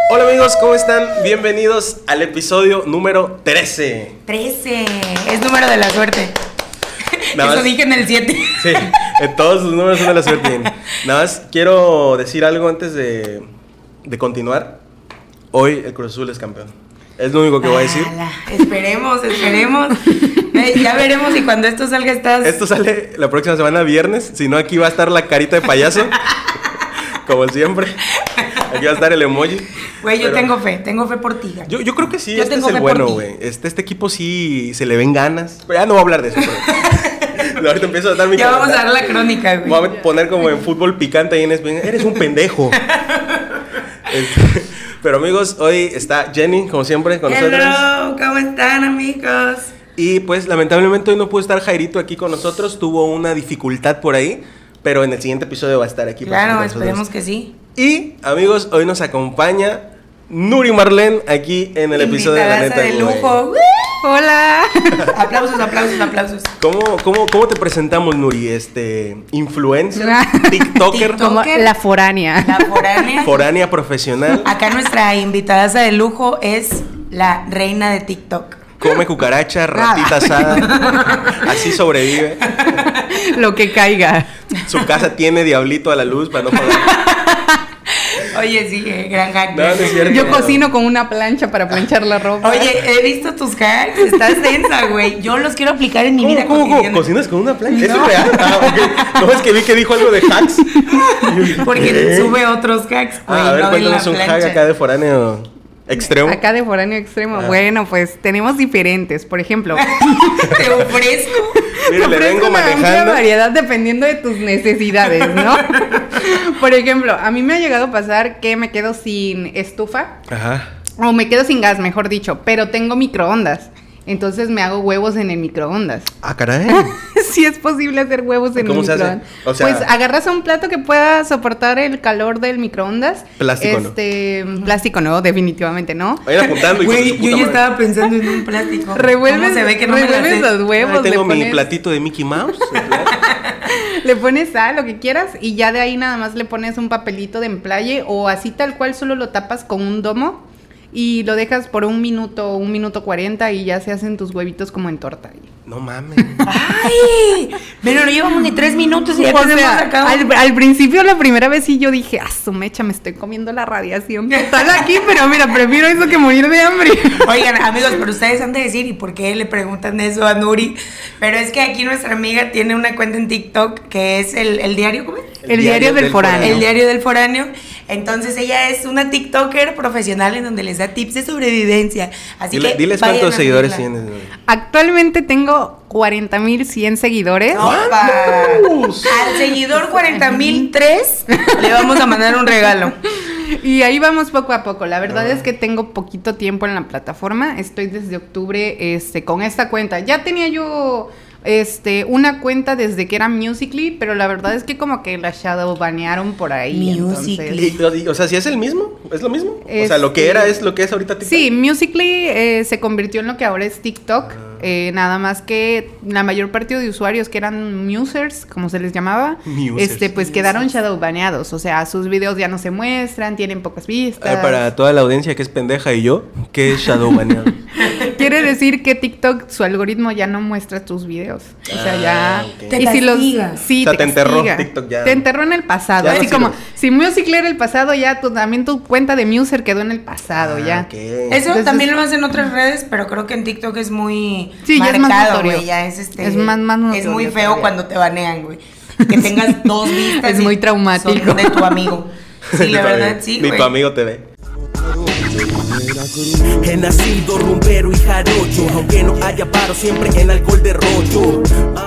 Hola amigos, ¿cómo están? Bienvenidos al episodio número 13. 13, es número de la suerte. Nada Eso más, dije en el 7. Sí, en todos sus números son de la suerte. Nada más quiero decir algo antes de continuar. Hoy el Cruz Azul es campeón. Es lo único que voy a decir. Esperemos. Ya veremos y cuando esto salga estás... Esto sale la próxima semana, viernes. Si no, aquí va a estar la carita de payaso. Como siempre. Aquí va a estar el emoji. Güey, yo tengo fe por ti. Yo creo que sí, Yo este es tengo el fe bueno, por ti. güey. Este equipo sí se le ven ganas. Pero ya no voy a hablar de eso. Pero... ahorita empiezo a dar mi... Ya vamos a dar la crónica, güey. Voy a poner como en fútbol picante ahí en ESPN. Eres un pendejo. Pero amigos, hoy está Jenny, como siempre, con nosotros. Hello, ¿cómo están, amigos? Y pues lamentablemente hoy no pudo estar Jairito aquí con nosotros. Tuvo una dificultad por ahí. Pero en el siguiente episodio va a estar aquí. Claro, con esperemos nosotros. que sí. Y amigos, hoy nos acompaña Nuri Marlene aquí en el episodio de La Neta de Güey. lujo. Hola. Aplausos. ¿Cómo te presentamos, Nuri? Influencer, TikToker, Como la foránea. La foránea. foránea profesional, Acá nuestra invitada de lujo es la reina de TikTok. come cucaracha, ratita asada, así sobrevive. Lo que caiga. Su casa tiene diablito a la luz para no pagar. Oye, sí, gran hack. No, no es cierto. Yo cocino con una plancha para planchar la ropa. Oye, he visto tus hacks, estás densa, güey. Yo los quiero aplicar en mi vida ¿Cómo? cotidiana. ¿Cocinas con una plancha? ¿Eso No. es real? Ok. No, es que vi que dijo algo de hacks. Porque sube otros hacks, güey. A ver, no de la cuéntanos un hack plancha. acá de foráneo extremo. Acá de foráneo extremo. Ajá. Bueno, pues tenemos diferentes. Por ejemplo, Te ofrezco. Mire, le ofrezco vengo una amplia manejando. variedad dependiendo de tus necesidades, ¿no? Por ejemplo, a mí me ha llegado a pasar que me quedo sin estufa. Ajá. O me quedo sin gas, mejor dicho. Pero tengo microondas. Entonces me hago huevos en el microondas. Ah, caray. Sí es posible hacer huevos en ¿Cómo el se hace? microondas. O sea- pues agarras un plato que pueda soportar el calor del microondas. Plástico, Plástico no, definitivamente no. Vayan apuntando. hijos de Güey, su yo puta ya madre. estaba pensando en un plástico. Revuelves, ¿Cómo se ve que no me la revuelves sé? los huevos, Ahí tengo le mi pones, platito de Mickey Mouse. le pones sal, lo que quieras, y ya de ahí nada más le pones un papelito de emplaye o así tal cual solo lo tapas con un domo y lo dejas por 1 minuto 40 y ya se hacen tus huevitos como en torta. No mames. ¡Ay! Pero no llevamos ni 3 minutos y ya O tenemos sea, acá. al principio, la primera vez sí yo dije, su mecha, me estoy comiendo la radiación total aquí, pero mira, prefiero eso que morir de hambre. Oigan, amigos, pero ustedes han de decir, ¿y por qué le preguntan eso a Nuri? Pero es que aquí nuestra amiga tiene una cuenta en TikTok que es el diario, ¿cómo es? El diario del foráneo. El diario del foráneo. Entonces ella es una TikToker profesional en donde les da tips de sobrevivencia. Así que Diles vayan cuántos a seguidores seguirla. tienes. Actualmente tengo 40,100 seguidores. ¡Opa! Al seguidor 40,003 le vamos a mandar un regalo. Y ahí vamos poco a poco. La verdad es que tengo poquito tiempo en la plataforma. Estoy desde octubre con esta cuenta. Ya tenía yo una cuenta desde que era Musical.ly, pero la verdad es que como que la shadow banearon por ahí. Musical.ly. Entonces, O sea, si es el mismo, es lo mismo. O sea, Es- lo que era es lo que es ahorita TikTok. sí, Musical.ly se convirtió en lo que ahora es TikTok. Nada más que la mayor parte de usuarios que eran musers, como se les llamaba, Musers. pues quedaron shadow baneados. O sea, sus videos ya no se muestran, tienen pocas vistas. Para toda la audiencia que es pendeja y yo, ¿qué es shadow baneado? Quiere decir que TikTok, su algoritmo ya no muestra tus videos. O sea, ya... ok. Te y si los... castiga. Sí, O sea, te enterró castiga. TikTok ya. Te enterró en el pasado. Ya no Así sirve. como, si Musical.ly era el pasado, ya también tu cuenta de Muser quedó en el pasado, ya. Ok. Eso Entonces- también lo hacen en otras redes, pero creo que en TikTok es muy Sí, ya es más marcado, notorio. güey. Ya es Es más notorio es muy feo todavía. cuando te banean, güey. Que tengas 2 vistas. Es y muy traumático. son de tu amigo. Sí, la verdad, sí, Ni güey. tu amigo te ve. He nacido rumbero y jarocho, aunque no haya paro, siempre en alcohol de rollo.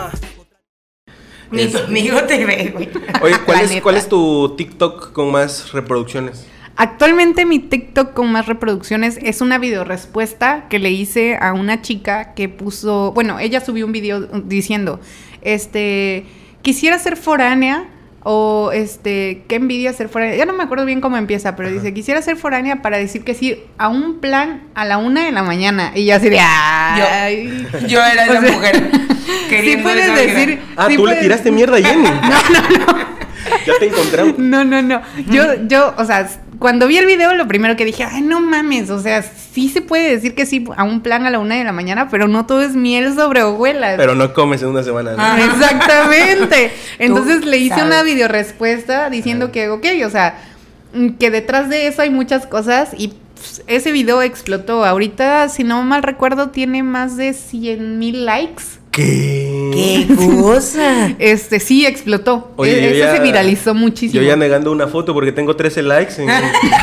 Ni tu amigo te ve, güey. Oye, La neta. ¿cuál es tu TikTok con más reproducciones? Actualmente mi TikTok con más reproducciones es una videorespuesta que le hice a una chica que puso, bueno, ella subió un video diciendo, quisiera ser foránea o qué envidia ser foránea. Ya no me acuerdo bien cómo empieza, pero dice, quisiera ser foránea para decir que sí a un plan a la 1 de la mañana. Y yo así de, ay. Yo era esa O sea, mujer. Sí queriendo puedes esa decir... vida. Ah, sí tú le puedes- tiraste mierda a Jenny. Ya te encontramos. No. Yo, o sea, cuando vi el video, lo primero que dije, ay, no mames, o sea, sí se puede decir que sí a un plan a la 1 de la mañana, pero no todo es miel sobre hojuelas. Pero no comes en una semana, ¿no? Exactamente. Entonces le hice sabes. una videorespuesta diciendo que, ok, o sea, que detrás de eso hay muchas cosas y pues, ese video explotó. Ahorita, si no mal recuerdo, tiene más de 100,000 likes. ¿Qué? ¡Qué cosa! Sí, explotó. Oye, Eso se viralizó muchísimo. Yo ya negando una foto porque tengo 13 likes en la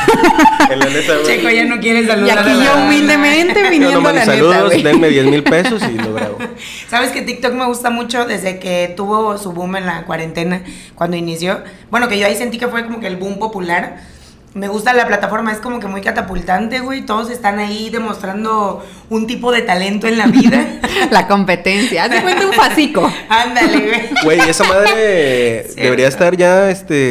neta, güey. Checo ya no quiere Y saludar aquí a la yo banda. humildemente Yo viniendo no a la mando neta, saludos, güey. denme 10,000 pesos y lo grabo. ¿Sabes que TikTok me gusta mucho desde que tuvo su boom en la cuarentena, cuando inició? Bueno, que yo ahí sentí que fue como que el boom popular. Me gusta la plataforma, es como que muy catapultante, güey. Todos están ahí demostrando un tipo de talento en la vida. La competencia. Haz de cuenta un pasico. Ándale, güey. Güey, esa madre Sí, debería estar ya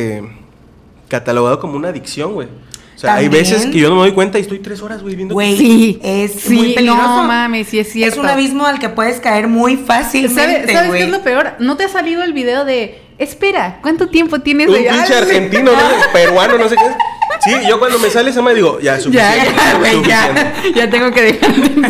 catalogado como una adicción, güey. O sea, hay ¿También? veces que yo no me doy cuenta y estoy 3 horas, güey, viendo. Güey, Sí, es muy peligroso. No mames, sí es cierto. Es un abismo al que puedes caer muy fácilmente, ¿Sabes güey. qué es lo peor? ¿No te ha salido el video de, espera, ¿cuánto tiempo tienes? Un de- pinche Ay, argentino, ¿no? Peruano, no sé qué. Sí, yo cuando me sale esa madre digo, ya, suficiente. Ya, güey, suficiente. ya tengo que dejar.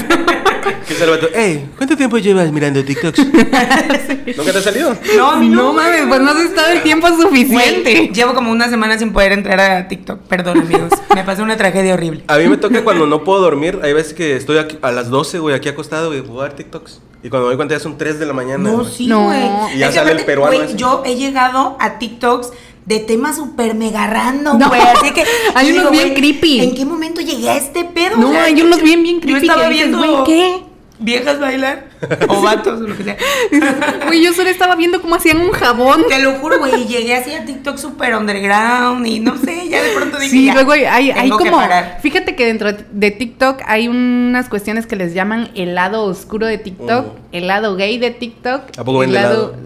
Que sale el vato, hey, ¿cuánto tiempo llevas mirando TikToks? ¿Nunca te ha salido? No mames, pues no has estado el tiempo suficiente. Güey, llevo como una semana sin poder entrar a TikTok. Perdón, amigos. Me pasó una tragedia horrible. A mí me toca cuando no puedo dormir. Hay veces que estoy a las 12, güey, aquí acostado, güey, puedo ver TikToks. Y cuando me doy cuenta ya son 3 de la mañana. No, güey. sí, No. güey. Y ya Es que sale el aparte, peruano güey, ese. yo he llegado a TikToks de temas súper mega random, No. güey. Así que Hay yo unos bien güey, creepy. ¿En qué momento llegué a este pedo? No, hay unos bien creepy Yo estaba que dices, viendo güey, ¿qué? viejas bailar o vatos o lo que sea. Güey, yo solo estaba viendo cómo hacían un jabón. Te lo juro, güey, llegué así a TikTok súper underground y no sé, ya de pronto dije, Sí, ya, luego hay tengo que como, parar. fíjate que dentro de TikTok hay unas cuestiones que les llaman el lado oscuro de TikTok, el lado gay de TikTok. ¿A poco vende helado?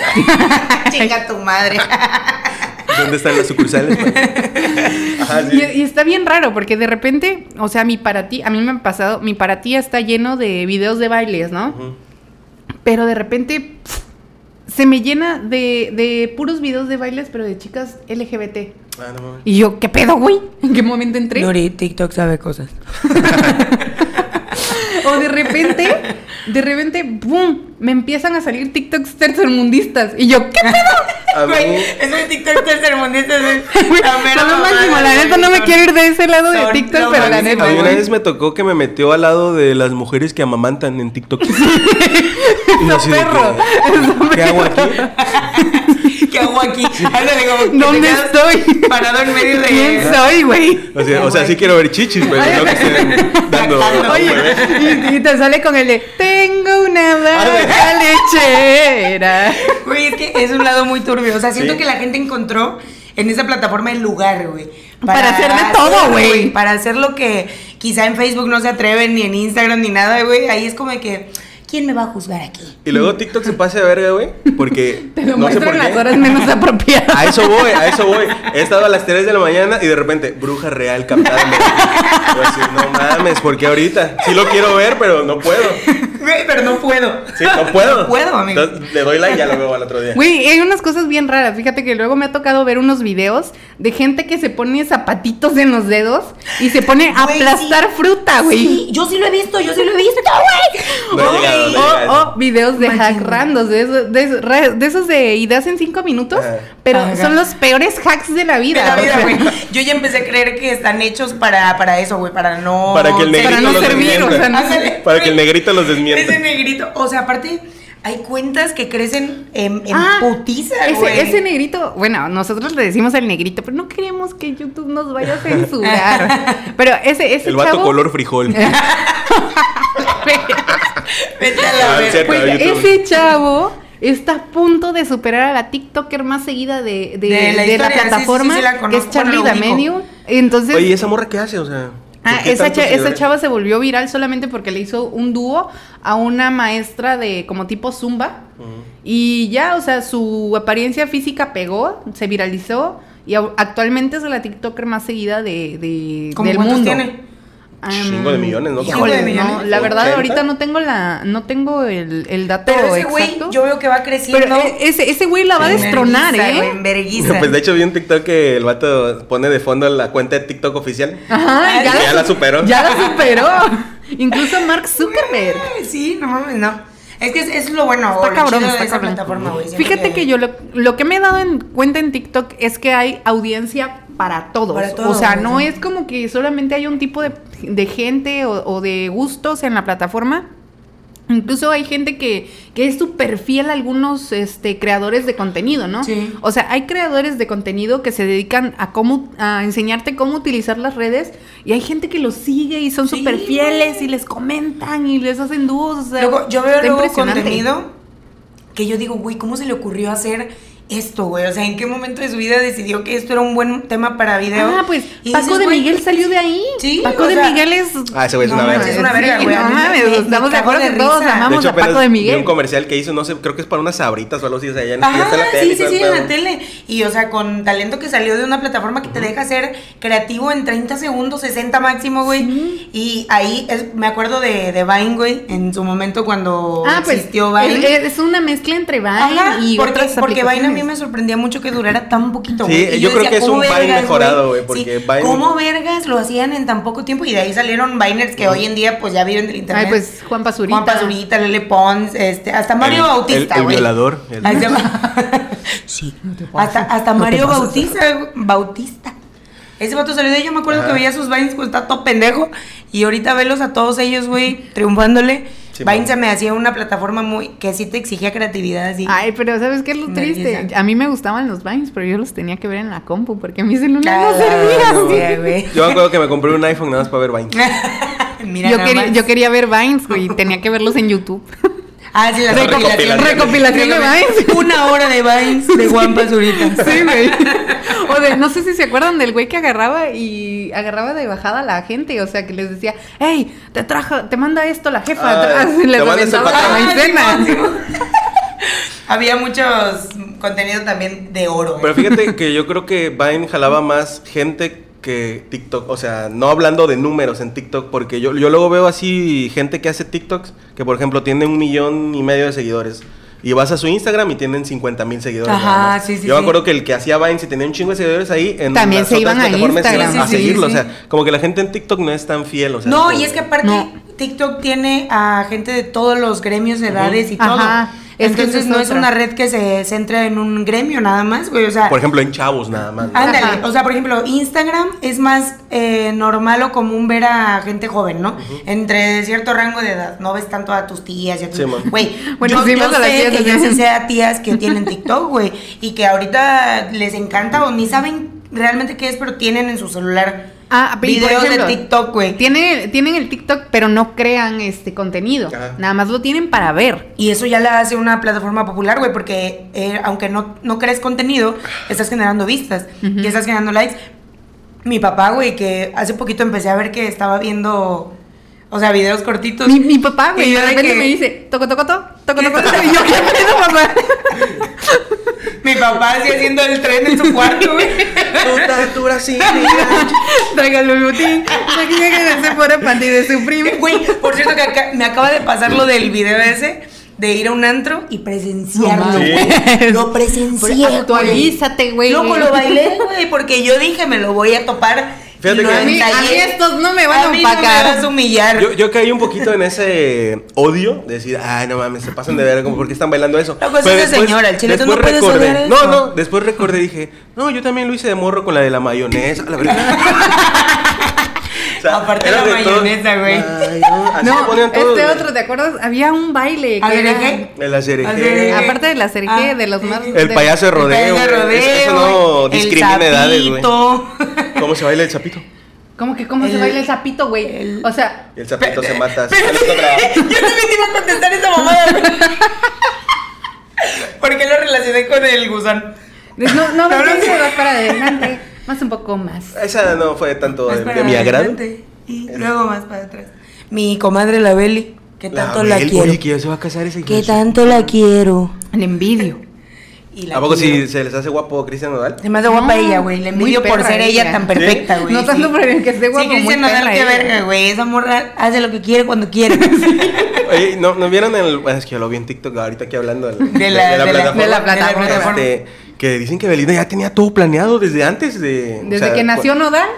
Chinga tu madre. ¿Dónde están las sucursales? Ajá, sí. Y está bien raro porque de repente, o sea, a mí me ha pasado, mi para ti está lleno de videos de bailes, ¿no? Ujú. Pero de repente se me llena de puros videos de bailes, pero de chicas LGBT. Ah, no mames. Y yo, ¿qué pedo, güey? ¿En qué momento entré? Lori, TikTok sabe cosas. O de repente, ¡boom! Me empiezan a salir TikToks tercermundistas. Y yo, ¿qué pedo? A mí, Güey, eso de TikTok tercermundista es Güey, la mera son lo mamada, máximo. La güey, neta no me son- quiero ir de ese lado de son TikTok, lo pero la máximo, neta. a mí una güey. vez me tocó que me metió al lado de las mujeres que amamantan en TikTok. Y yo así de que, perro. ¿qué hago aquí? ¿Qué hago aquí? Ándale, como que ¿Dónde te quedas estoy? Parado en medio de... ¿Quién soy, güey? O sea, sí quiero ver chichis, pero no que estén dando a un Oye, bebé. y te sale con el de tengo una vaca lechera. Güey, es que es un lado muy turbio. O sea, siento Sí. que la gente encontró en esa plataforma el lugar, güey. Para hacer de todo, güey. Para hacer lo que quizá en Facebook no se atreven, ni en Instagram, ni nada, güey. Ahí es como de que, ¿quién me va a juzgar aquí? Y luego TikTok se pase de verga, güey, porque Te lo no sé muestro por en las qué. horas menos apropiadas. A eso voy. He estado a las 3 de la mañana y de repente, bruja real captada. Yo así, no mames, ¿por qué ahorita? Sí lo quiero ver, pero no puedo. Güey, pero no puedo. Sí, no puedo. No puedo, amigo. Entonces, le doy like y ya lo veo al otro día. Güey, hay unas cosas bien raras. Fíjate que luego me ha tocado ver unos videos de gente que se pone zapatitos en los dedos y se pone a Güey, aplastar sí. fruta, güey. Sí, yo sí lo he visto, güey. No he llegado, no he llegado. O videos de Machín. hack randos, de esos de ideas en 5 minutos, Ajá. pero Ajá. son los peores hacks de la vida. De la o vida, sea, güey. Yo ya empecé a creer que están hechos para eso, güey, para no... Para que el negrito para no los servir, desmienta. o sea, no- Ándale, Para que el güey. negrito los desmienta. Ese negrito, o sea, aparte, hay cuentas que crecen en Ah, putiza, güey. ese negrito, bueno, nosotros le decimos el negrito, pero no queremos que YouTube nos vaya a censurar. Pero ese El vato chavo, color frijol. Vete a la Ah, verga. cierto. pues, YouTube. ese chavo está a punto de superar a la TikToker más seguida de la historia, sí, plataforma, sí, sí, la que conozco, es Charlie bueno, lo ubico. D'Amelio. Entonces, Oye, ¿y esa morra qué hace? O sea, ¿por qué esa tantos esa seguidores? chava se volvió viral solamente porque le hizo un dúo a una maestra de como tipo Zumba. Ujú. Y ya, o sea, su apariencia física pegó, se viralizó y actualmente es la TikToker más seguida del ¿Cómo cuántos mundo. tiene? Chingo de millones, ¿no? Híjole, de millones. No, la verdad 80. ahorita no tengo el dato Pero ese güey, exacto. yo veo que va creciendo. Pero ese güey la va a en destronar, vergüenza, güey, ¿eh? en vergüenza. Pues de hecho vi un TikTok que el vato pone de fondo la cuenta de TikTok oficial. Ajá, Ya la superó. Ya la superó. Incluso Mark Zuckerberg. Ay, sí, no mames, no. Es que es lo bueno, Está lo cabrón, chido de está esa cabrón. plataforma, güey. Siento Fíjate que yo lo que me he dado en cuenta en TikTok es que hay audiencia para todos. Para todos, o sea, no sí. es como que solamente hay un tipo de gente o de gustos en la plataforma. Incluso hay gente que es súper fiel a algunos creadores de contenido, ¿no? Sí. O sea, hay creadores de contenido que se dedican a enseñarte cómo utilizar las redes y hay gente que los sigue y son Sí, súper fieles güey. y les comentan y les hacen dúos. O sea, Luego, yo veo está luego impresionante. contenido que yo digo, güey, ¿cómo se le ocurrió hacer esto, güey? O sea, ¿en qué momento de su vida decidió que esto era un buen tema para video? Ah, pues Y Paco dices, de güey, Miguel salió de ahí. Sí, Paco o de sea, Miguel es... Ah, ese güey es No una verga. manches, es una verga, Sí, güey. no A mí mames, me estamos de cagó acuerdo de que todos risa. amamos De hecho, a Paco apenas de vi Miguel. un comercial que hizo, no sé, creo que es para unas sabritas o algo así, o sea, ya está en Ajá, la tele. sí, y todo el en pedo. la tele. Y, o sea, con talento que salió de una plataforma que te deja ser creativo en 30 segundos, 60 máximo, güey. Sí. Y ahí me acuerdo de Vine, güey, en su momento cuando existió Vine. Es una mezcla entre Vine Ajá, y porque otras Vine a mí aplicaciones. me sorprendía mucho que durara tan poquito, Sí, güey. Y yo creo decía, que es un ¿cómo Vine vergas, mejorado, güey, porque Vine- ¿Cómo vergas lo hacían en tan poco tiempo? Y de ahí salieron Viners que hoy en día pues ya viven del internet. Ay, pues Juan Pazurita. Juan Pazurita, Lele Pons, hasta Mario Bautista, El güey. violador. Ahí se va. Sí. Hasta Mario Bautista. Ese vato salió de ahí, yo me acuerdo Ajá. que veía sus Vines cuando estaba todo pendejo. Y ahorita velos a todos ellos, güey, triunfándole. Sí, Vine man. se me hacía una plataforma que sí te exigía creatividad, así. Ay, pero ¿sabes qué es lo triste? Vergüenza. A mí me gustaban los Vines, pero yo los tenía que ver en la compu porque mi celular no Claro, servía. sí, güey. Yo me acuerdo que me compré un iPhone nada más para ver Vine. Mira, Yo nada quería, más. yo quería ver Vines, güey, y tenía que verlos en YouTube. Ah, sí, la Recopilación de Vines. Una hora de Vines de Juan Pazurita. Sí, güey. O no sé si se acuerdan del güey que agarraba de bajada a la gente, o sea, que les decía, hey, te manda esto la jefa, Ay, les te manda ese aventaba la patrón. maicena. Había muchos contenidos también de oro. güey. Pero fíjate que yo creo que Vine jalaba más gente que TikTok. O sea, no hablando de números en TikTok, porque yo luego veo así gente que hace TikToks, que por ejemplo tiene 1,5 millones de seguidores. Y vas a su Instagram y tienen 50,000 seguidores. Ajá, nada más. sí, sí, Yo me sí. acuerdo que el que hacía Vine, si tenía un chingo de seguidores ahí, en También las se otras iban a plataformas Instagram. iban a Sí, sí, seguirlo. sí. O sea, como que la gente en TikTok no es tan fiel. O sea, No, como- y es que aparte No. TikTok tiene a gente de todos los gremios, edades y todo. Ajá, es que Entonces eso es no es otra. una red que se centra en un gremio nada más, güey. O sea, Por ejemplo, en chavos nada más. ¿no? ándale, Ajá. o sea, por ejemplo, Instagram es más normal o común ver a gente joven, ¿no? Entre cierto rango de edad. No ves tanto a tus tías y a tus... Sí, man. Güey, Bueno, yo, sí yo vas a las sé tías, que sí. yo sí sé a tías que tienen TikTok, güey, y que ahorita les encanta o ni saben realmente qué es, pero tienen en su celular Ah, y por videos ejemplo, de TikTok, güey. Tienen el TikTok, pero no crean contenido. Ajá. Nada más lo tienen para ver. Y eso ya la hace una plataforma popular, güey, porque aunque no crees contenido, estás generando vistas Ujú. y estás generando likes. Mi papá, güey, que hace poquito empecé a ver que estaba viendo, o sea, videos cortitos. Mi papá, güey, Y yo de de repente que- me dice, toco, y yo, ¿qué pedo, papá? Mi papá así haciendo el tren en su cuarto, güey. Tráigalo el botín. Aquí llega se fuera panty de su primo. Güey, por cierto que me acaba de pasar lo del video ese de ir a un antro y presenciarlo, No güey. mames. Lo presencié, Actualízate, güey. Loco, lo bailé, güey, porque yo dije, me lo voy a topar. Fíjate y lo que- A mí ensayé. estos no me van a A mí no me empacar. vas a humillar. Yo caí un poquito en ese odio de decir, ay, no mames, se pasan de ver, como porque están bailando eso. Loco, eso Pero es de señora, el chile, tú no después puedes recordé, odiar no, eso. no, después recordé y dije, no, yo también lo hice de morro con la de la mayonesa, la verdad. O Aparte era la de todo. mayonesa, güey. Ay, no, así se No, ponían todos, güey. otro, ¿te acuerdas? Había un baile ¿A que ver, era... qué? De la cereje. Cereje. Aparte de la cereje, de los más... El payaso de rodeo. El payaso de güey. Eso rodeo, no el discrimina edades, güey. sapito. ¿Cómo se baila el sapito? ¿Cómo se El- baila el sapito, güey? O sea... Y el sapito se mata. Pero Sale otro trabajo. yo también iba a contestar esa mamada, güey. ¿Por qué lo relacioné con el gusano? No, No, ves no, que sí. vas para adelante. Más un poco más. Esa no fue tanto Más de para mi agrado. adelante Y luego más para atrás. Mi comadre la Beli, que tanto la Bel, quiero. Oye, que ya se va a casar esa hija Que de su- tanto la quiero. El envidio. y la ¿A poco quiero. si se les hace guapo Cristian Nodal? Se me hace guapa No, ella, güey. Le muy envidio por perra ser ella ella. tan perfecta, güey. No tanto por el que esté guapo, Sí, Cristian muy Nodal, perra qué ella. verga, güey. Esa morra hace lo que quiere cuando quiere. Oye, ¿no vieron el...? Bueno, es que yo lo vi en TikTok ahorita aquí hablando De la plataforma. Que dicen que Belinda ya tenía todo planeado desde antes de... Desde o sea, que nació Nodal.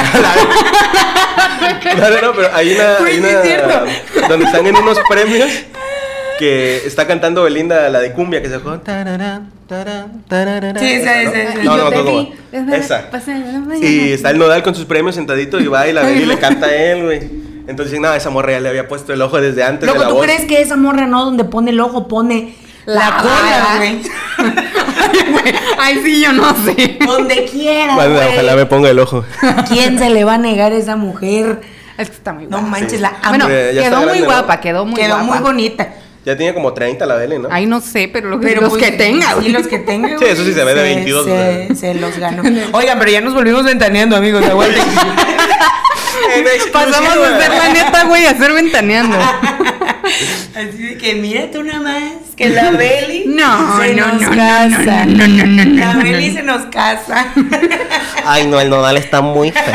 No, pero hay Güey, sí es cierto. donde están en unos premios que está cantando Belinda la de cumbia que se dejó. Tararán, tarán, tararán. Sí, esa. No, Yo te ¿cómo? vi. Esa. Y está el Nodal con sus premios sentadito y va y la ve y le canta a él, güey. Entonces, no, esa morra ya le había puesto el ojo desde antes Loco, de la ¿tú voz. crees que esa morra no donde pone el ojo pone la cola, cola, güey? Ay, sí, yo no sé. Donde quiera, Bueno, güey. ojalá me ponga el ojo. ¿Quién se le va a negar a esa mujer? Es que está muy No guapa. manches, Sí. la amo. Bueno, Ya está quedó muy grande, ¿no? guapa, quedó muy Quedó guapa. muy bonita. Ya tiene como 30 la Bele, ¿no? Ay, no sé, pero, los Pues, que tenga, Sí, güey. los que tenga, Sí, güey, eso sí se ve de 22, Se los ganó. Oigan, pero ya nos volvimos ventaneando, amigos. Aguanten. Pasamos de ser la neta, güey, a ser ventaneando. Así de que mírate una más, que la Beli No, se no, nos no, casa. no. La Beli se nos casa. Ay, no, el Nodal está muy feo.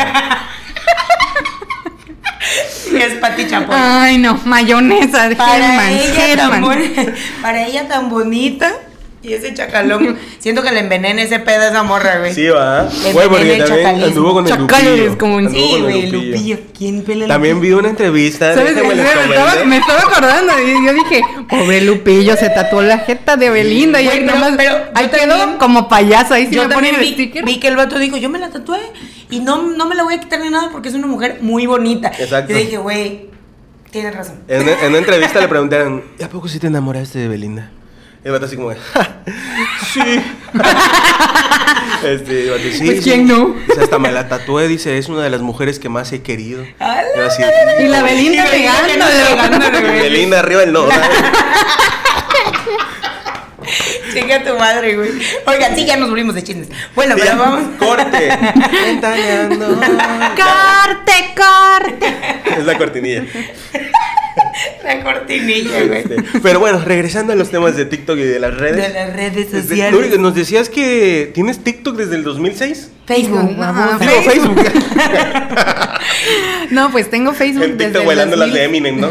Es Pati Chapoy. Ay, no, mayonesa de Para Hellman. para ella tan bonita. Y ese chacalón, siento que le envenena ese pedo a esa morra, güey. Sí, va. Le Güey, porque envenena el también chacalismo. anduvo con el Chacales, Lupillo. como en- Anduvo Sí, con el güey, Lupillo. ¿Quién pelea También vi una entrevista. ¿Sabes? déjame les Me comento. estaba acordando y yo dije, pobre Lupillo, se tatuó la jeta de Belinda y Güey, ahí pero- nomás, pero ahí yo quedó también- como payaso, ahí sí Yo me ponen también el sticker. vi que el vato dijo, yo me la tatué y no me la voy a quitar ni nada porque es una mujer muy bonita. Exacto. Y dije, güey, tienes razón. En una entrevista le preguntaron, ¿a poco sí te enamoraste de Belinda? Y el vato así como, "Ja, sí. El vato, sí. Pues, sí". ¿quién no? Dice, hasta me la tatué, dice, es una de las mujeres que más he querido. ¡Hala! Yo así, Y la Belinda Y Belinda que no pegándole. pegándole, güey. Belinda arriba el Nodal. Chinga a tu madre, güey. Oigan, sí, ya nos volvimos de chismes. Bueno, pero vamos. Corte. Ventaneando. Corte. Es la cortinilla. La cortinilla, güey. Pero bueno, regresando a los temas de TikTok y de las redes. De las redes Luri, sociales. nos decías que tienes TikTok desde el 2006. Facebook, babosa. Digo, Facebook. No, pues tengo Facebook En desde TikTok el bailando las 2000. de Eminem, ¿no?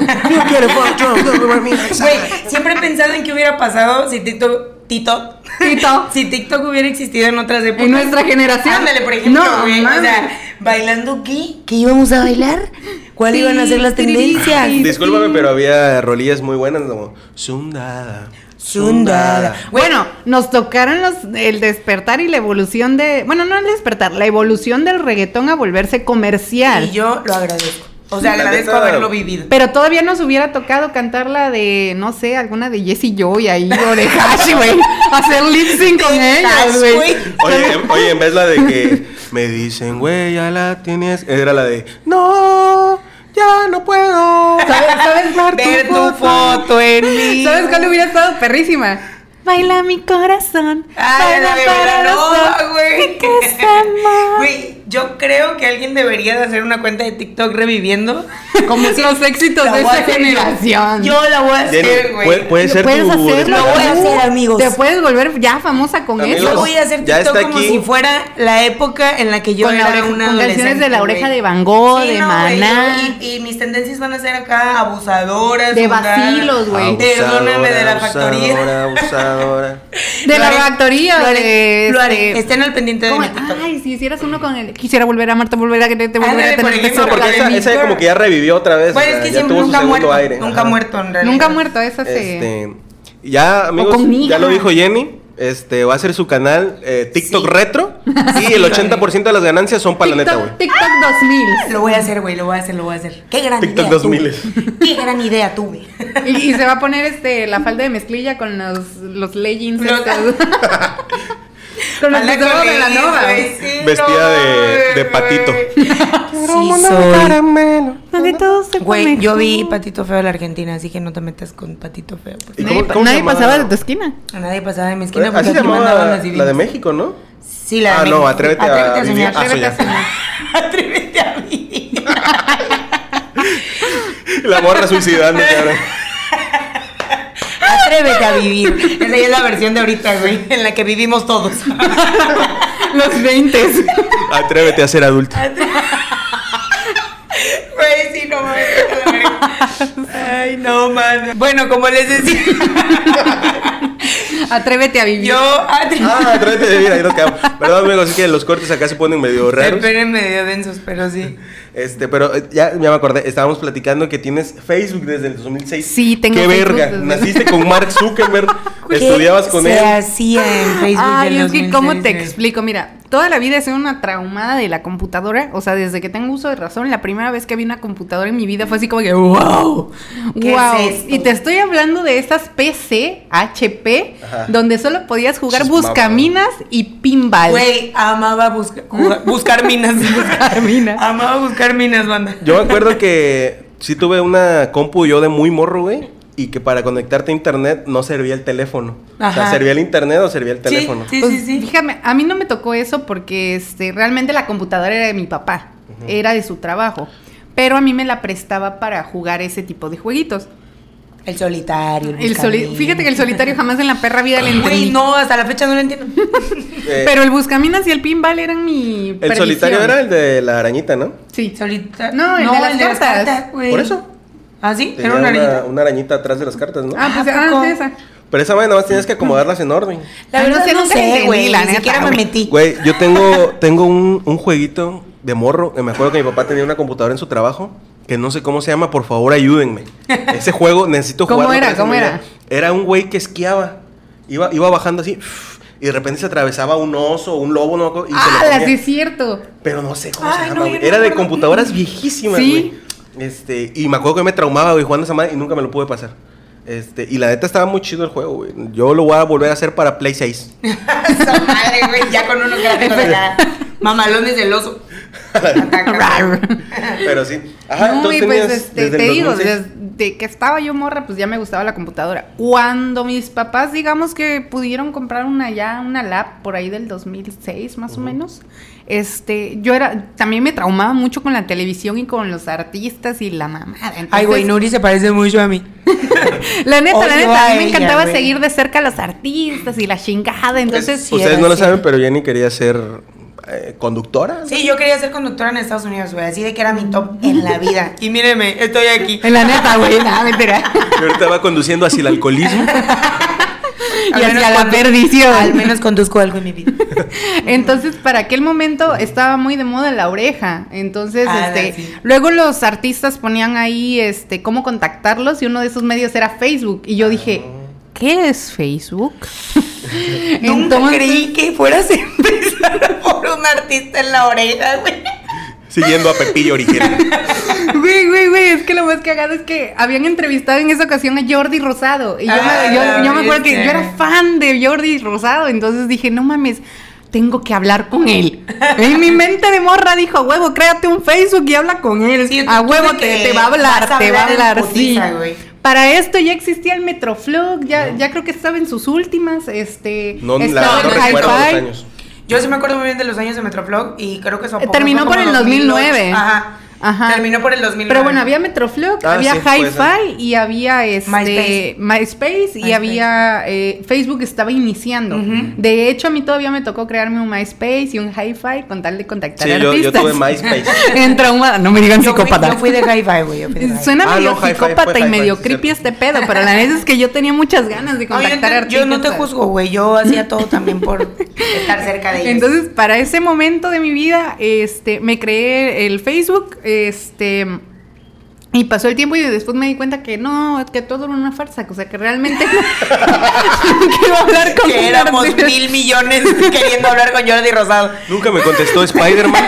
Güey, siempre he pensado en qué hubiera pasado si Tito. si TikTok hubiera existido en otras épocas. En nuestra generación. Ándale, por ejemplo, No, güey. O mames. sea, ¿bailando qué? ¿Qué íbamos a bailar? ¿Cuáles iban a ser las tendencias? Discúlpame, pero había rolillas muy buenas como Sundada. Sundada. Bueno, nos tocaron el despertar y la evolución de... Bueno, no el despertar, la evolución del reggaetón a volverse comercial. Y yo lo agradezco. O sea, La agradezco neta- haberlo vivido. Pero todavía nos hubiera tocado cantar la de, no sé, alguna de Jessie Joy ahí, o de Hash, güey. Hacer lip sync con De ellos, Hash, güey. güey. Oye, en vez la de que me dicen, güey, ya la tienes, era la de no, ya no puedo. ¿Sabes Ver tu foto en mí. ¿Sabes cuál hubiera estado perrísima? Baila mi corazón. Ay, la baila de para los Velanova, dos, güey. que se ama. Güey, yo creo que alguien debería de hacer una cuenta de TikTok reviviendo como si Los éxitos la de voy a esta hacer yo. generación. Yo la voy a hacer, Jenny, güey. puede ser Puedes tu hacerlo, Lo voy a despertar. hacer, amigos. Te puedes volver ya famosa con Amigos, Yo eso. voy a hacer ya TikTok está como aquí. si fuera la época en la que yo Con la era oreja- una con canciones adolescente, de La Oreja güey. de Van Gogh, Sí, de no, güey, Maná. y mis tendencias van a ser acá abusadoras. De vulgares. vacilos, güey. Perdóname de la factoría. Abusadora. De Lo la haré, factoría, lo haré, de lo haré. este- Estén al pendiente de ¿Cómo? mi TikTok. Ay, si hicieras uno con el... Quisiera volver a amarte, volver a quererte, volver Ándale, a por tenerte ejemplo, No, cerca porque de mí. esa como que ya revivió otra vez. Pues o sea, es que ya siempre tuvo su nunca segundo muerto. aire. Nunca Ajá. muerto, en realidad. Nunca muerto, esa se... Ya, amigos, con mi ya hija. lo dijo Jenny. Va a ser su canal TikTok Sí. retro. Y el 80% de las ganancias son para la neta, güey. TikTok 2000. Lo voy a hacer, güey, lo voy a hacer. Qué gran TikTok idea 2000. tuve. Qué gran idea tuve. Y se va a poner la falda de mezclilla con los leggings. Los- estos. Con los Anda que somos con de la ellos, nova. güey, sí, Vestida de güey. patito. Sí, soy. Caramelo. Donde todo se Güey, come. yo vi Patito Feo de la Argentina, así que no te metas con Patito Feo. Porque ¿Y Nadie, cómo se nadie llamaba? pasaba de tu esquina. a nadie pasaba de mi esquina Así porque se aquí mandaban llamaba las la de divinas. México, ¿no? Sí, la de Ah, México. no, Atrévete a vivir. soñar. Ah, Atrévete a soñar. soñar. Atrévete a vivir. La morra suicidando, cabrón. Atrévete a vivir. Esa ya es la versión de ahorita, güey, en la que vivimos todos. Los 20. Atrévete a ser adulto. Güey, sí, no mames. Ay, no, man. Bueno, como les decía. Atrévete a vivir. Atrévete a vivir, ahí nos quedamos. Perdón, amigos, es que los cortes acá se ponen medio raros. Se ponen medio densos, pero sí. Pero ya me acordé, estábamos platicando que tienes Facebook desde el 2006. Sí, tengo ¡Qué Facebook verga! desde- Naciste con Mark Zuckerberg, estudiabas con ¿Qué él. se hacía en Facebook? Ay, del es que cómo 2006, te güey? explico, mira, toda la vida he sido una traumada de la computadora, o sea, desde que tengo uso de razón, la primera vez que vi una computadora en mi vida fue así como que wow, ¿Qué wow. es esto? Y te estoy hablando de esas PC, HP, Ajá. donde solo podías jugar Chismaba. buscaminas y pinball. Güey, amaba buscar minas. Buscar minas. Amaba buscar minas, banda. Yo me acuerdo que sí tuve una compu yo de muy morro, güey, y que para conectarte a internet no servía el teléfono. O sea, Ajá. servía el internet o servía el teléfono. Sí, Pues, sí, sí. Fíjame, a mí no me tocó eso porque realmente la computadora era de mi papá, era de su trabajo, pero a mí me la prestaba para jugar ese tipo de jueguitos. El solitario. Buscaminas. Fíjate que el solitario jamás en la perra vida le entendí. Güey, no, hasta la fecha no lo entiendo. Pero el buscaminas y el pinball eran mi El perdición. solitario era el de la arañita, ¿no? Sí. No, el de las cartas. güey. Por eso. ¿Ah, sí? Tenía Era una arañita. una arañita atrás de las cartas, ¿no? Ah, pues ¿A poco? esa. Pero esa madre nada más tenías que acomodarlas en orden. La Ah, verdad no sé, no nunca sé, entendí, güey. la Ni neta, siquiera me güey. metí. Güey, yo tengo un jueguito de morro. Que me acuerdo que mi papá tenía una computadora en su trabajo. Que no sé cómo se llama, por favor ayúdenme. Ese juego necesito ¿Cómo jugarlo. era? para que ¿Cómo me era? vea. Era un güey que esquiaba. Iba bajando así. Y de repente se atravesaba un oso o un lobo, no me acuerdo, y se lo Ah, comía. sí es cierto. Pero no sé cómo Ay, se llama, no, güey. yo no Era me de acuerdo. computadoras viejísimas, Sí. güey. Y me acuerdo que me traumaba, güey, jugando esa madre y nunca me lo pude pasar. Y la neta estaba muy chido el juego, güey. Yo lo voy a volver a hacer para Play 6. Esa madre, güey, ya con unos gráficos acá. Mamalones del oso. Pero sí. Ajá, No, entonces y pues tenías desde te el digo, 2006. desde que estaba yo morra, pues ya me gustaba la computadora. Cuando mis papás, digamos que pudieron comprar una lap por ahí del 2006 más o menos, también me traumaba mucho con la televisión y con los artistas y la mamada. Entonces, Ay, güey, Nuri se parece mucho a mí. La neta, Odio a a mí me ella, encantaba güey. seguir de cerca a los artistas y la chingada, entonces... sí, Ustedes era no lo así. saben, pero Jenny quería ser conductora. Sí, yo quería ser conductora en Estados Unidos, güey. Así de que era mi top en la vida. Y míreme, estoy aquí. En la neta, güey, nada, mentira. Y ahorita va conduciendo hacia el alcoholismo. Y Al menos hacia la perdición. Al menos conduzco algo en mi vida. Entonces, para aquel momento estaba muy de moda la oreja. Entonces, Sí. luego los artistas ponían ahí cómo contactarlos y uno de esos medios era Facebook. Y yo dije, ¿qué es Facebook? Nunca creí que fueras a empezar por un artista en la oreja, güey. Siguiendo a Pepillo original. Güey, es que lo más cagado es que habían entrevistado en esa ocasión a Jordi Rosado. Y yo me acuerdo que yo era fan de Jordi Rosado. Entonces dije, no mames, tengo que hablar con él. En mi mente de morra dijo, huevo, créate un Facebook y habla con él. Sí, a tú huevo de que que te va a hablar, vas a te va a hablar en hablar, sí. putiza, güey. Para esto ya existía el Metroflog, ya creo que estaba en sus últimas, No, estaba no el recuerdo los Hi-Fi. años. Yo sí me acuerdo muy bien de los años de Metroflog y creo que eso Terminó por el 2009. Ajá. Terminó por el 2009. Pero bueno, había Metroflog, había sí, puede Hi-Fi y había MySpace y MySpace. había Facebook estaba iniciando. Ujú. De hecho, a mí todavía me tocó crearme un MySpace y un Hi-Fi con tal de contactar Sí, yo artistas. tuve MySpace. En traumada, no me digan yo psicópata. fui de Hi-Fi, güey. yo fui de Hi-Fi. Suena Ah, medio no, Hi-Fi psicópata fue y Hi-Fi, medio sí, creepy cierto. este pedo, pero la verdad es que yo tenía muchas ganas de No, contactar artistas. yo no te juzgo, güey. Yo hacía todo también por estar cerca de ellos. Entonces, para ese momento de mi vida, me creé el Facebook, y pasó el tiempo y después me di cuenta que no, que todo era una farsa, o sea, que realmente no quiero hablar con que un éramos artista. 1,000 millones queriendo hablar con Jordi Rosado. Nunca me contestó Spider-Man.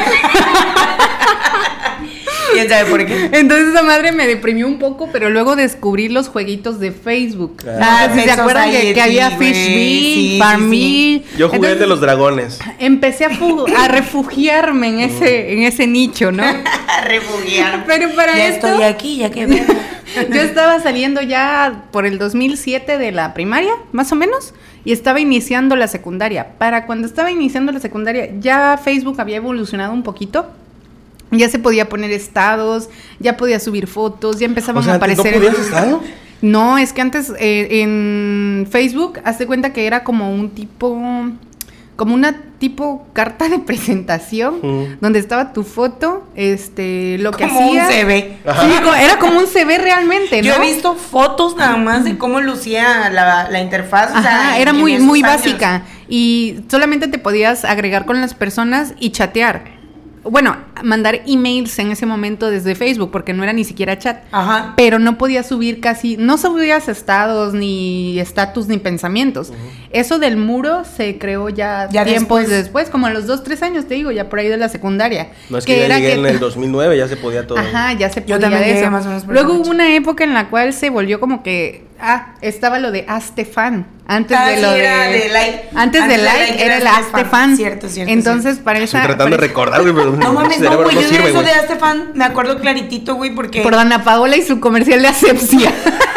¿Quién sabe por qué? Entonces esa madre me deprimió un poco, pero luego descubrí los jueguitos de Facebook. Ah, No sé si se Pet acuerdan Society, que había güey. Fishbee, Sí, Farmville. Yo jugué el de los dragones. Empecé a refugiarme en ese nicho, ¿no? A refugiar. Pero para ya esto estoy aquí, ya que veo. yo estaba saliendo ya por el 2007 de la primaria, más o menos, y estaba iniciando la secundaria. Para cuando estaba iniciando la secundaria, ya Facebook había evolucionado un poquito. Ya se podía poner estados, ya podía subir fotos, ya empezaban O sea, a ¿antes aparecer. ¿no podías estado? No, es que antes en Facebook, haz de cuenta que era como un tipo, como una tipo carta de presentación, donde estaba tu foto, lo que Como hacías. un CV. Sí, era como un CV realmente, ¿no? Yo he visto fotos nada más de cómo lucía la interfaz. O sea, Ajá, era en muy, esos muy años. básica. Y solamente te podías agregar con las personas y chatear. Bueno, mandar emails en ese momento desde Facebook, porque no era ni siquiera chat. Ajá. Pero no podías subir no subías estados, ni estatus, ni pensamientos. Eso del muro se creó ya tiempos después, como a los 2-3 años, te digo, ya por ahí de la secundaria. No, es que ya llegué en el 2009, ya se podía todo. Ajá, ya se podía también llegué eso. más o menos por Luego esa hubo una época en la cual se volvió como que, estaba lo de Hazte Fan. Antes de sí, lo era de like. Antes de like era el Hazte Fan. Cierto. Entonces, para esa... Estoy tratando de recordar, güey, pero No mames, mi no, cerebro güey, yo de sirve, eso güey. de Astefan me acuerdo claritito, güey, porque... Por Dana Paola y su comercial de asepsia.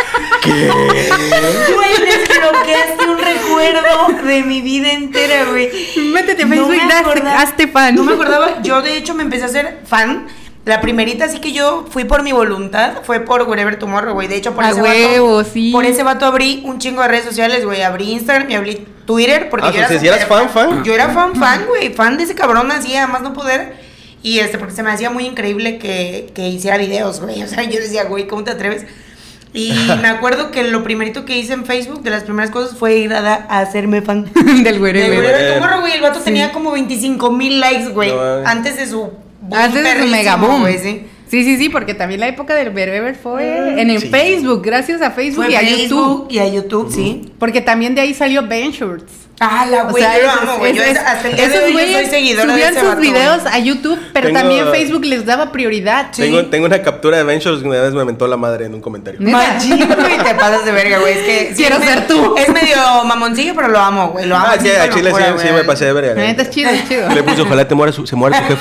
Güey, desbloqueaste un recuerdo de mi vida entera, güey. Métete a No Facebook me y acordaba. hazte fan. No me acordaba. Yo, de hecho, me empecé a hacer fan. La primerita, así que yo fui por mi voluntad. Fue por Wherever Tomorrow, güey. De hecho, por A ese huevo, vato. sí. Por ese vato abrí un chingo de redes sociales, güey. Abrí Instagram y abrí Twitter. Porque yo o sea, era si eras súper fan. Yo era fan, güey. Fan de ese cabrón, así, además no poder. Y porque se me hacía muy increíble que hiciera videos, güey. O sea, yo decía, güey, ¿cómo te atreves? Y me acuerdo que lo primerito que hice en Facebook, de las primeras cosas, fue ir a hacerme fan. Del Wherever. De Wherever Tomorrow, güey. El vato tenía como 25,000 likes, güey. No, antes de su boom Antes de su perrísimo, mega boom. güey, sí. Sí, porque también la época del Wherever fue en el Sí. Facebook, gracias a Facebook Fue y a Facebook YouTube. y a YouTube, sí. Porque también de ahí salió Ventures. Ah, la güey, yo lo amo, güey. Yo hasta el día de hoy yo soy seguidora de subían ese sus vato, videos güey. a YouTube, pero Tengo- también Facebook les daba prioridad. Sí. Tengo una captura de Ventures que una vez me mentó la madre en un comentario. ¿Neta? Machín, güey, te pasas de verga, güey. Es que sí, Quiero es ser tú. Es medio mamoncillo, pero lo amo, güey. Lo amo. Ah, sí, así a con Chile locura, sí güey. me pasé de verga. La neta es chido, es chido. Le puse, ojalá se muera su jefe.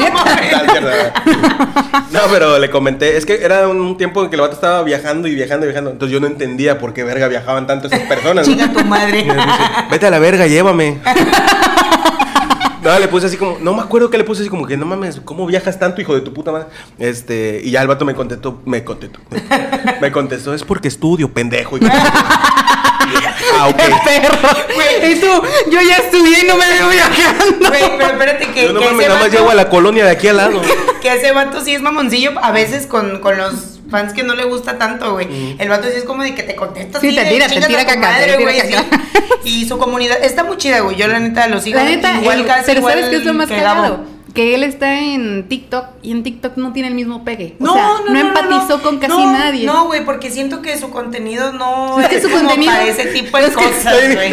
No, pero le comenté, es que era un tiempo en que el vato estaba viajando y viajando. Entonces yo no entendía por qué verga viajaban tanto esas personas, ¿no? Chinga tu madre. Y le puse, vete a la verga, llévame. No, le puse así como, no me acuerdo que le puse así como que, no mames, ¿cómo viajas tanto, hijo de tu puta madre? Y ya el vato me contestó, es porque estudio, pendejo. Y ok. Perro. Y tú, yo ya estudié y no me veo viajando. Güey, pero espérate que. Yo no que mames, ese nada más vato- llego a la colonia de aquí al lado. Que ese vato sí es mamoncillo a veces con los fans que no le gusta tanto, güey. El vato sí es como de que te contesta Sí, así te de, tira "Chingas a tu caca, madre, te tira güey", caca. sí. Y su comunidad está muy chida, güey. Yo la neta lo sigo. La neta, igual casi pero igual ¿sabes qué es lo más que Gabo. cagado? Que él está en TikTok y en TikTok no tiene el mismo pegue. O No, sea, no, no, empatizó no. con casi No, nadie. No, güey, porque siento que su contenido no Es que su como contenido- para ese tipo de es que- cosas, güey.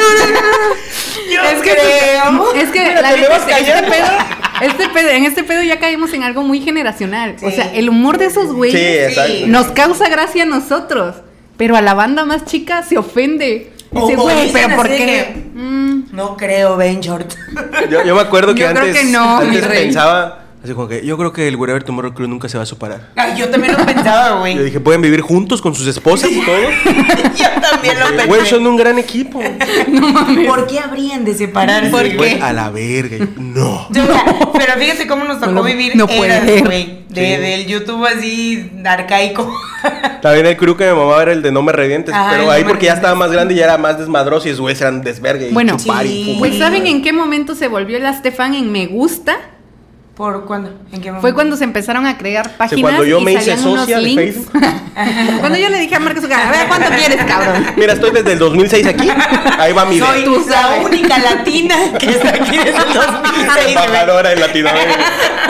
Yo Es que, creo. es que Mira, la te me neta, vas callando. en este pedo ya caímos en algo muy generacional. O Sí. sea, el humor de esos Sí, güeyes exacto. nos causa gracia a nosotros, pero a la banda más chica se ofende. Dice, O güey, dicen pero ¿por así qué? que- No creo, Ben Short. Yo me acuerdo que Yo creo antes, que no, mi antes rey. pensaba, así como que yo creo que el Wherever Tomorrow Crew nunca se va a superar. Ay, yo también lo pensaba, güey. Yo dije, ¿pueden vivir juntos con sus esposas y todo? Yo también lo Güey, pensé. son un gran equipo. ¿Por qué habrían de separarse? ¿Por güey? qué? A la verga. Y yo, no. Yo, pero fíjate cómo nos tocó No, vivir no puede eras, ser. güey. Sí. Del YouTube así arcaico. También el crew que me mamaba era el de No Me Revientes. Ajá, pero el ahí No Me porque ya estaba Revientes. más grande y ya era más desmadroso y sus güeyes eran desvergue y Bueno, chupar sí. y fumar. Pues ¿saben en qué momento se volvió el Astefan en Me Gusta? ¿Por cuándo? ¿En qué momento? Fue cuando se empezaron a crear páginas cuando yo y me hice salían unos socia de links. Facebook. Cuando yo le dije a Marcos, a ver, ¿cuánto quieres, cabrón? Mira, estoy desde el 2006 aquí. Ahí va mi Soy Tú la sabes. única latina que está aquí desde el 2006, güey. embajadora en Latinoamérica.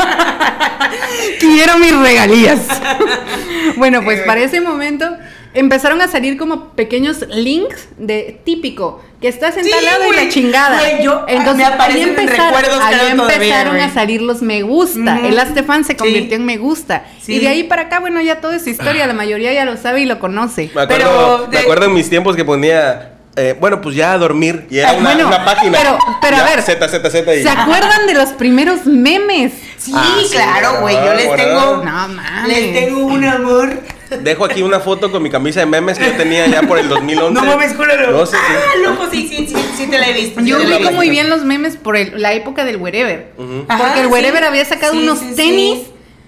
Quiero mis regalías. Bueno, pues para ese momento empezaron a salir como pequeños links de típico, que estás en Sí, tal lado y güey. la chingada. Güey, yo- Entonces me aparecen en recuerdos ahí cada todavía, empezaron güey. a salir los me gusta. Ujú. El Astefan se convirtió Sí. en me gusta. Sí. Y de ahí para acá, bueno, ya toda esa historia, la mayoría ya lo sabe y lo conoce. Me Pero acuerdo, de- me acuerdo en mis tiempos que ponía, bueno, pues ya a dormir. Y era Ay, bueno, una página. pero a Ya, ver, ZZZ. Y... ¿Se acuerdan de los primeros memes? Sí, Ah, sí, claro, güey. Yo les ¿verdad? tengo. No mames. Les tengo un amor. Dejo aquí una foto con mi camisa de memes que yo tenía ya por el 2011. No mames, culero. No sé Ah, si... loco, sí te la he visto. Yo sí te la he ubico visto. muy bien los memes por la época del Wherever. Ujú. Ajá, Porque el sí. Wherever había sacado Sí, unos sí, sí. tenis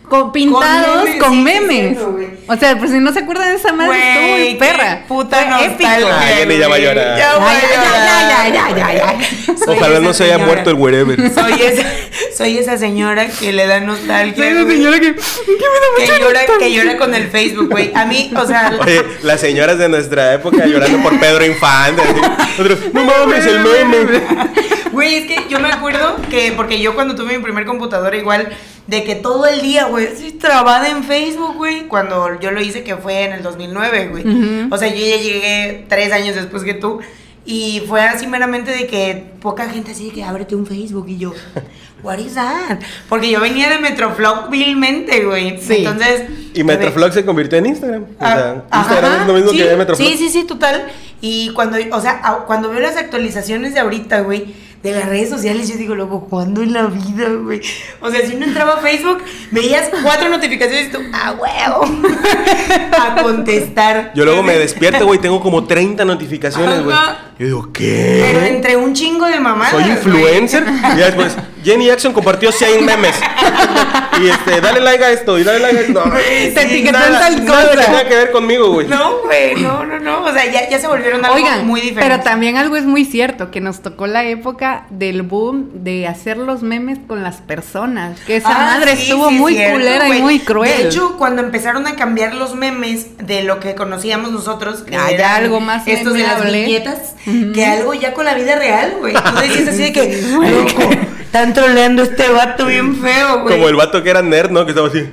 pintados con sí, memes. sí, güey. O sea, pues si no se acuerdan de esa madre, estuvo Güey, muy perra. qué puta Fue épico. nostalgia. Ah, Jenny ya va a llorar. Ya voy a llorar. Ya. Soy Ojalá esa no se haya señora. muerto el wherever. Soy esa señora que le da nostalgia. Soy una güey. señora que me da mucha Que llora con el Facebook, güey. A mí, o sea, Oye, las señoras de nuestra época llorando por Pedro Infante. Así. Otro, no mames, el meme. güey, es que yo me acuerdo que, porque yo cuando tuve mi primer computadora igual, de que todo el día, güey, así trabada en Facebook, güey, cuando yo lo hice que fue en el 2009, güey. O sea, yo ya llegué 3 años después que tú. Y fue así meramente de que poca gente así de que ábrete un Facebook y yo, what is that? Porque yo venía de Metroflog vilmente, güey. Sí. Entonces. Y Metroflog se convirtió en Instagram. O sea, Ah, Instagram ajá, es lo mismo sí, que Metroflog. Sí, total. Y cuando, o sea, cuando veo las actualizaciones de ahorita, güey, de las redes sociales, yo digo, loco, ¿cuándo en la vida, güey? O sea, si no entraba a Facebook, veías 4 notificaciones y tú, huevo, a contestar. Yo luego me despierto, güey, tengo como 30 notificaciones, güey. Ajá. Yo digo, Pero ¿qué? entre un chingo de mamadas. ¿Soy influencer? Y ya después, Jenny Jackson compartió 100 memes. Y dale like a esto, y dale like a esto. No, Güey, te etiquetó en nada, tal nada cosa. tenía que ver conmigo, güey. No, güey, no. O sea, ya se volvieron algo Oigan, muy diferente. pero también algo es muy cierto, que nos tocó la época del boom de hacer los memes con las personas. Que esa madre sí, estuvo sí, muy cierto, culera güey. y muy cruel. De hecho, cuando empezaron a cambiar los memes de lo que conocíamos nosotros, que ya eran algo más estos de las memeable. viñetas, que algo ya con la vida real, güey. Tú decías así de que, loco, están troleando a este vato bien feo, güey. Como el vato que era nerd, ¿no? Que estaba así.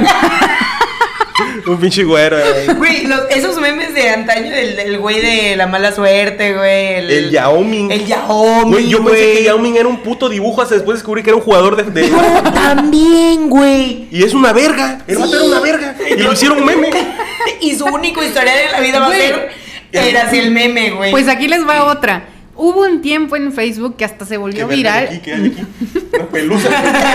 Un pinche güero. Güey, esos memes de antaño del güey de la mala suerte, güey. El Yao Ming. El Yao Ming, Güey, yo pensé que Yao Ming era un puto dibujo hasta después descubrí que era un jugador de... Yo también, güey. Y es una verga. El vato era una verga. Y lo hicieron meme. Y su único historial de la vida va a Güey. ser era así el meme, güey. Pues aquí les va otra. Hubo un tiempo en Facebook que hasta se volvió viral. ¿Qué hay aquí? Una pelusa.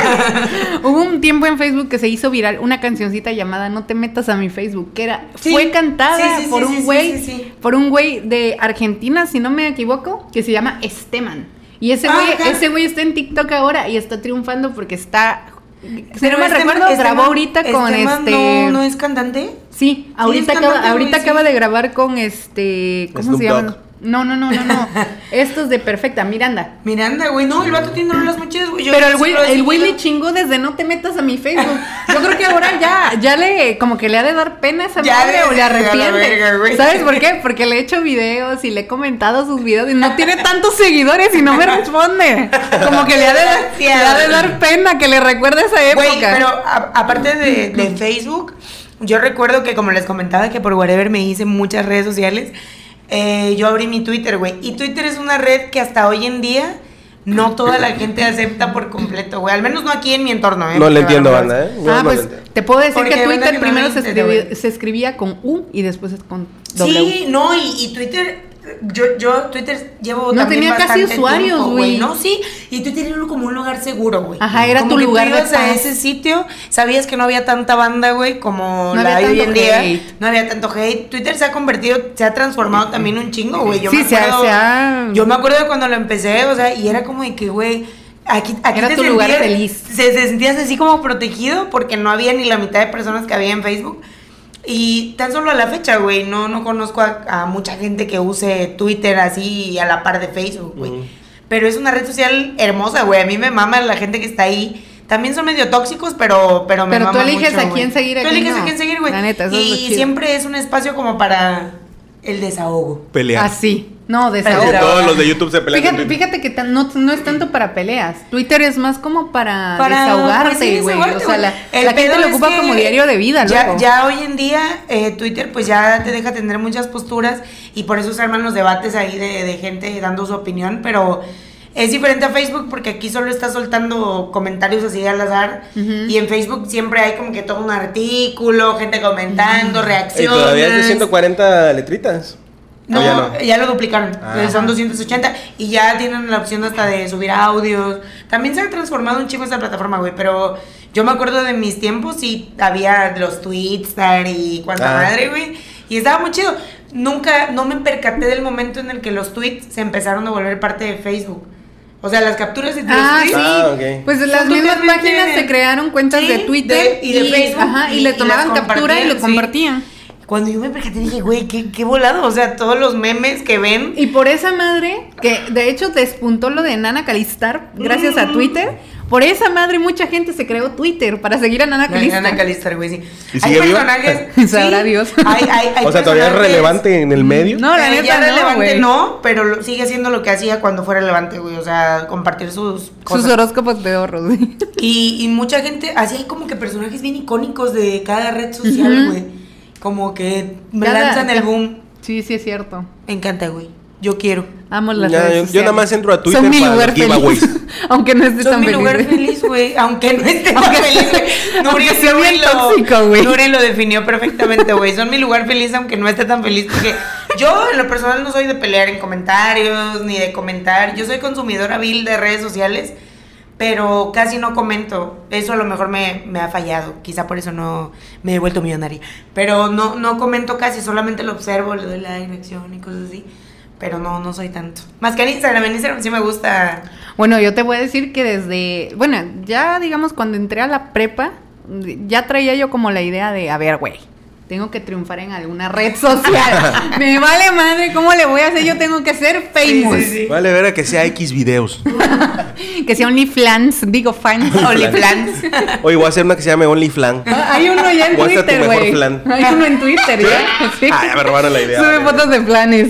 Hubo un tiempo en Facebook que se hizo viral una cancioncita llamada No te metas a mi Facebook, que Sí. fue cantada Sí, sí, por sí, un sí, güey, sí, sí. por un güey de Argentina, si no me equivoco, que se llama Esteman. Y ese Ajá. güey está en TikTok ahora y está triunfando porque está, si Pero no me recuerdo, grabó ahorita con ¿No es cantante? Sí, ahorita es cantante, ahorita güey, acaba sí. de grabar con ¿cómo Snoop se llaman? Dogg. No. Estos de Perfecta, Miranda. Miranda, güey. No, el vato tiene rolas muy chidas, güey. Yo Pero sí el güey, lo he el güey seguido. le chingó desde no te metas a mi Facebook. Yo creo que ahora ya le, como que le ha de dar pena a esa Ya madre o le a la arrepiente. verga, güey. ¿Sabes por qué? Porque le he hecho videos y le he comentado sus videos y no tiene tantos seguidores y no me responde. Como que le ha de dar pena que le recuerde esa época. Güey, pero aparte de Facebook, yo recuerdo que como les comentaba que por whatever me hice muchas redes sociales, yo abrí mi Twitter, güey. Y Twitter es una red que hasta hoy en día no toda la gente acepta por completo, güey. Al menos no aquí en mi entorno, No le Porque entiendo, a lo mejor- banda, Yo no pues le entiendo. te puedo decir Porque que de verdad Twitter que no primero me entero, güey. se escribía con U y después con W. Sí, no, y Twitter, yo Twitter llevo No también tenía casi bastante usuarios, tiempo, güey. No, sí, y Twitter era como un lugar seguro, güey. Ajá, era Como tu que lugar tú de ibas a paz. ese sitio, sabías que no había tanta banda, güey, como No la había hay hoy en tanto día. hate. No había tanto hate. Twitter se ha convertido, se ha transformado también un chingo, güey. Sí, se ha- Yo me acuerdo de cuando lo empecé, o sea, y era como de que, güey, aquí Era te tu lugar sentías- feliz. te sentías así como protegido porque no había ni la mitad de personas que había en Facebook. Y tan solo a la fecha, güey, no conozco a mucha gente que use Twitter así a la par de Facebook, güey. Pero es una red social hermosa, güey. A mí me mama la gente que está ahí. También son medio tóxicos, pero me Pero tú mama eliges mucho, a quién güey. seguir, a Tú quién eliges no. a quién seguir, güey. La neta, eso es lo Y chido. siempre es un espacio como para el desahogo. Pelear. Así. No, Que desahogo. todos los de YouTube se pelean. en Twitter. Fíjate que no es tanto para peleas. Twitter es más como para Pues sí, desahogarte, güey. desahogarte, O sea, El la gente pedo lo es ocupa que como diario de vida, luego. ya hoy en día Twitter pues ya te deja tener muchas posturas y por eso se arman los debates ahí de gente dando su opinión, pero es diferente a Facebook porque aquí solo está soltando comentarios así al azar y en Facebook siempre hay como que todo un artículo, gente comentando, Y reacciones. todavía es de 140 letritas. No, ¿O ya no? ya lo duplicaron. Ah. Son 280 y ya tienen la opción hasta de subir audios. También se ha transformado un chingo esta plataforma, güey. Pero yo me acuerdo de mis tiempos y había los Twitstar y cuánta Ah. madre, güey. Y estaba muy chido. No me percaté del momento en el que los tweets se empezaron a volver parte de Facebook. O sea, las capturas de tus Ah, tweets. sí. Ok. Pues las Son mismas totalmente- páginas se crearon cuentas Sí, de Twitter y de Facebook, ajá, y y le las tomaban captura y lo compartían, sí. compartían. Cuando yo me percaté dije, güey, qué volado. O sea, todos los memes que ven. Y por esa madre, que de hecho despuntó lo de Nana Calistar, gracias a Twitter, por esa madre mucha gente se creó Twitter para seguir a Nana Calistar. Ana Calistar, güey, sí. ¿Y Hay sigue viva? personajes. Sabrá Dios. Hay O sea, ¿todavía es personajes- relevante en el medio? No, la ya neta no, relevante güey. no, pero sigue haciendo lo que hacía cuando fue relevante, güey. O sea, compartir sus cosas. Sus horóscopos pedorros, güey. Y mucha gente, así hay como que personajes bien icónicos de cada red social, güey. Como que me lanzan el boom. Sí, sí es cierto. Me encanta, güey. Yo quiero. Amo las Ya, redes yo sociales. nada más entro a Twitter Son mi para lugar los giveaways. feliz. Aunque no esté Son tan mi feliz. lugar güey. feliz, güey. Aunque no esté tan feliz, güey. Aunque sea bien tóxico, güey. Nuri lo definió perfectamente, güey. Son mi lugar feliz, aunque no esté tan feliz. Porque yo, en lo personal, no soy de pelear en comentarios, ni de comentar. Yo soy consumidora vil de redes sociales, pero casi no comento. Eso a lo mejor me ha fallado. Quizá por eso no me he vuelto millonaria. Pero no comento casi, solamente lo observo, le doy like, reacción y cosas así. Pero no soy tanto. Más que en Instagram sí me gusta. Bueno, yo te voy a decir que desde, bueno, ya digamos cuando entré a la prepa, ya traía yo como la idea de, a ver, güey, tengo que triunfar en alguna red social. Me vale madre, ¿cómo le voy a hacer? Yo tengo que ser famous. Sí. Vale, ver a que sea X videos. Que sea OnlyFans, digo fans. OnlyFans. Oye, voy a hacer una que se llame OnlyFlan. Hay uno ya en Muestra tu Twitter, mejor güey. flan. Hay uno en Twitter, ya. Sí. Ah, ya me robaron la idea. Sube vale. fotos de planes.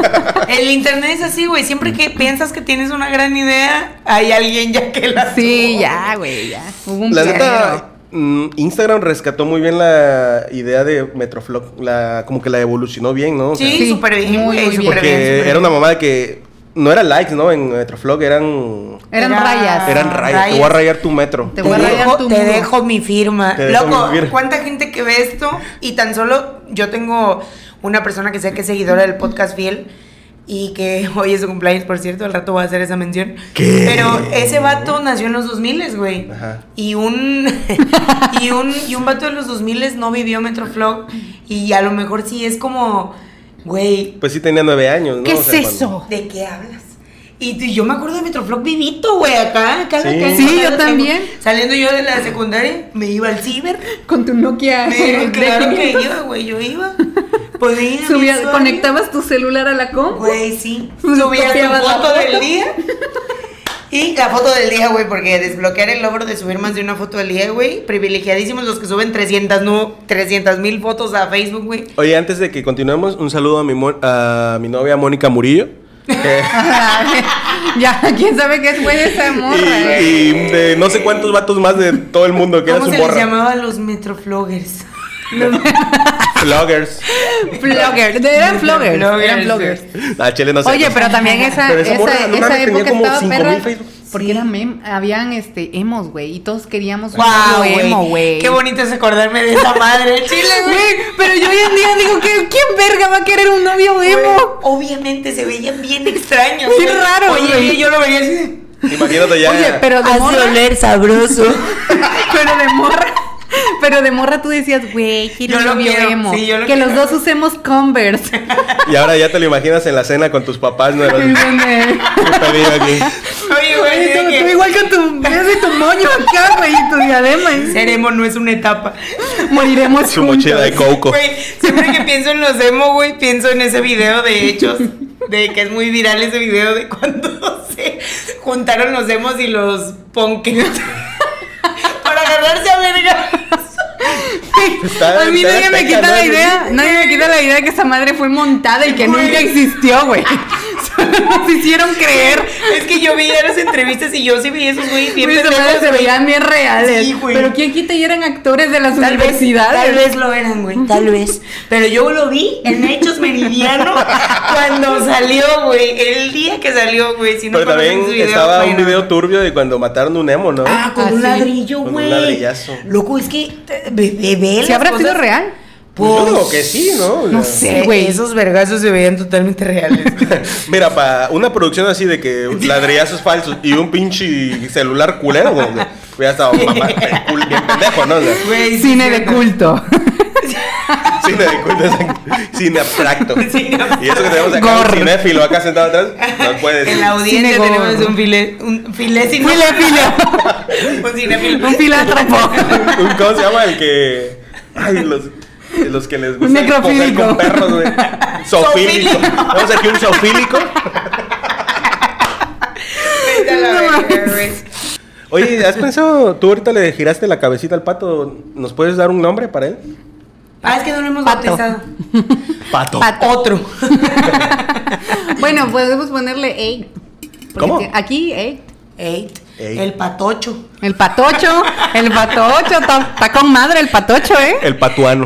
El internet es así, güey. Siempre que piensas que tienes una gran idea, hay alguien ya que la Sí, tuvo. ya, güey, ya. Hubo un La pedo. neta, Instagram rescató muy bien la idea de Metroflog, como que la evolucionó bien, ¿no? O sea, Sí, Sí, súper bien, muy, güey. muy Súper porque bien. súper era una bien. mamada que no era likes, ¿no? En Metroflog eran Eran Era- rayas. rayas. rayas. Te voy a rayar tu metro. Te voy a rayar tu Te muro. dejo mi firma. Te dejo Loco, mi firma. ¿cuánta gente que ve esto? Y tan solo yo tengo una persona que sé que es seguidora del podcast fiel y que hoy es su cumpleaños, por cierto, al rato voy a hacer esa mención. ¿Qué? Pero ese vato nació en los 2000, güey. Ajá. Y un vato de los 2000 no vivió Metroflog y a lo mejor sí es como, güey, Pues sí tenía 9 años, ¿no? ¿Qué O es sea, eso? ¿de qué hablas? Y yo me acuerdo de Metroflog vivito, güey, acá Sí. Sí, yo también. Saliendo yo de la secundaria, me iba al ciber. Con tu Nokia. Claro que 500. iba, güey, yo iba. Podía ir a Subía- mi sueño. conectabas tu celular a la compu. Güey, sí. Pues, Subías tu copiabas la foto foto. del día. Y la foto del día, güey, porque desbloquear el logro de subir más de una foto del día, güey. Privilegiadísimos los que suben 300,000 fotos a Facebook, güey. Oye, antes de que continuemos, un saludo a mi novia Mónica Murillo. que- Ya, quién sabe qué fue esa morra. y de no sé cuántos vatos más de todo el mundo que era ¿Cómo su se les morra. llamaba a los Metrofloggers? Vloggers. Floggers. Eran floggers. Floggers, Eran floggers. Ah, chile, no sé. Oye, no sé. pero también esa Pero esa morra, no mames, tenía época como estaba 5,000 perra. Facebook. Porque Sí. habían emos, güey. Y todos queríamos un Wow, novio emo, güey. Qué bonito es acordarme de esa madre. Chile, güey. Güey, pero yo hoy en día digo que ¿quién verga va a querer un novio Güey, emo? obviamente se veían bien extraños. Qué güey. raro, Oye, güey. yo lo veía así. Imagínate ya. Oye, pero de Hace morra, oler sabroso. pero de morra tú decías, güey, quiero Yo un lo novio quiero, emo. sí, yo lo que quiero. los dos usemos Converse. Y ahora ya te lo imaginas en la cena con tus papás, ¿no? En donde- Puta vida aquí. Oye, güey, Oye, de tú que igual con tu ves y tu moño acá, güey, y tu diadema. ser emo no es una etapa. Moriremos Su juntos. mochila de coco. Güey, siempre que pienso en los emo, güey, pienso en ese video de Hechos. De que es muy viral ese video de cuando se juntaron los emos y los punkers para agarrarse a verga. Está- A mí está nadie me azteca, quita ¿no? la idea, nadie me quita la idea de que esa madre fue montada y que Güey. nunca existió, güey. Solo nos hicieron creer. Es que yo veía las entrevistas y yo sí veía esos güeyes bien Güey, esa pendejos, madre se güey. veían bien reales. Sí, güey. Pero quién quita y eran actores de las Tal universidades. vez lo eran, güey, tal vez. Pero yo lo vi en Hechos Meridiano cuando salió, güey. El día que salió, güey. Si no Pero conocen también ese video, estaba un bueno. video turbio de cuando mataron un emo, ¿no? Ah, con Ah, un sí. ladrillo, Con un güey. ladrillazo. Loco, es que ve ¿Si habrá sido real? Pues yo digo que sí, ¿no? No sé, güey. Esos vergazos se veían totalmente reales. Mira, para una producción así de que ladrillazos falsos y un pinche celular culero, güey, ya estaba bien pendejo, ¿no? O sea, Güey, sí, Cine de cierto. culto. Cine de culto, cine abstracto. Cine abstracto. Y eso que tenemos acá un cinéfilo acá sentado atrás, nos puede decir. En la audiencia Cine tenemos gordo. un filé sin Filo. un cinéfilo. Un filántropo. ¿Cómo se llama el que? Ay, los que les gusta Un necrofílico. coger con perros, güey. Zoofílico. Vamos aquí un zoofílico. Vete a la verga, güey. Oye, ¿has pensado, tú ahorita le giraste la cabecita al pato, ¿nos puedes dar un nombre para él? Ah, es que no lo hemos Pato. bautizado. Pato. Otro. Bueno, podemos ponerle 8. ¿Cómo? Aquí 8. Eight. Eight. El patocho. El patocho, está con madre el patocho, ¿eh? El patuano.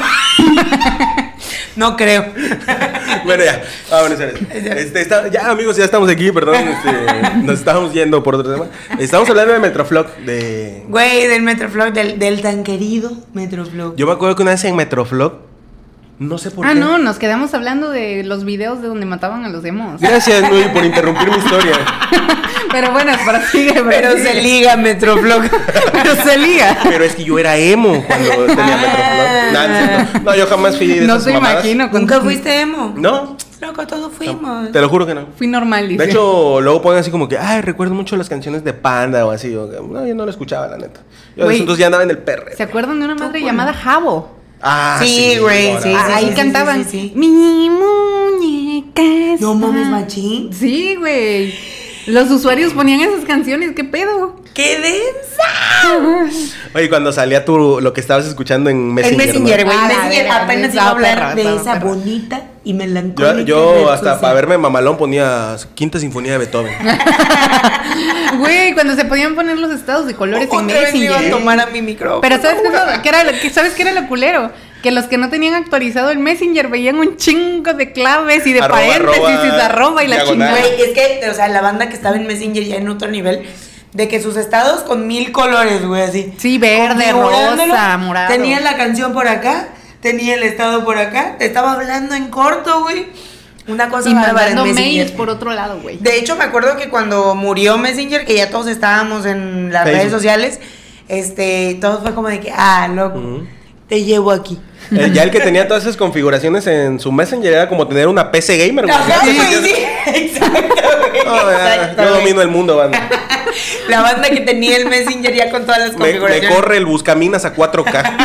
No creo. Bueno, ya, vámonos. Ya, amigos, ya estamos aquí, perdón. Nos estamos yendo por otro tema. Estamos hablando de Metroflog, Güey, del Metroflog, del tan querido Metroflog. Yo me acuerdo que una vez en Metroflog, no sé por qué. No, nos quedamos hablando de los videos de donde mataban a los emos. Gracias, Nui, por interrumpir mi historia. Pero bueno, prosigue. Pero se liga Metroflog. Pero se liga. Pero es que yo era emo cuando tenía Metroflog. No, yo jamás fui de No esas te mamadas. imagino. ¿Nunca fuiste emo? No, Loco, todos fuimos. te lo juro que no. Fui normal, dice. De hecho, luego ponen así como que, ay, recuerdo mucho las canciones de Panda o así. No, yo no lo escuchaba, la neta. Yo Güey, entonces ya andaba en el perre. ¿Se acuerdan de una madre llamada Jabo? Ah, Sí, güey, ahora. sí, Ahí cantaban. sí. Mi muñeca. No está-". mames, machín. Sí, güey. Los usuarios ponían esas canciones, ¿qué pedo? ¡Qué densa! Oye, cuando salía lo que estabas escuchando en Messenger. El Messenger, ¿no? güey. Ah, la Messenger verga, apenas iba a estaba hablar perra, de estaba esa perra. bonita y melancólica. Yo hasta cosa. para verme mamalón ponía Quinta Sinfonía de Beethoven. Güey, cuando se podían poner los estados de colores en Otra vez me iba a Messenger. tomar a mi micrófono. Pero ¿sabes qué era lo culero? Que los que no tenían actualizado el Messenger veían un chingo de claves y de Arroba, paréntesis y de arroba y la diagonal. chingada. Güey, es que, o sea, la banda que estaba en Messenger ya en otro nivel, de que sus estados con 1000 colores, güey, así. Sí, verde, Configurándolo, rosa, morado. Tenía la canción por acá, tenía el estado por acá, te estaba hablando en corto, güey. Una cosa Y bárbara en mandando Messenger. mails por otro lado, güey. De hecho, me acuerdo que cuando murió Messenger, que ya todos estábamos en las Facebook. redes sociales, todo fue como de que, loco, Ujú. te llevo aquí. Ya el que tenía todas esas configuraciones en su Messenger era como tener una PC gamer. güey. Ajá, güey, sí, exacto, güey. No, ya, exacto, yo güey. domino el mundo, banda. La banda que tenía el Messenger ya con todas las Me configuraciones. corre el buscaminas a 4K.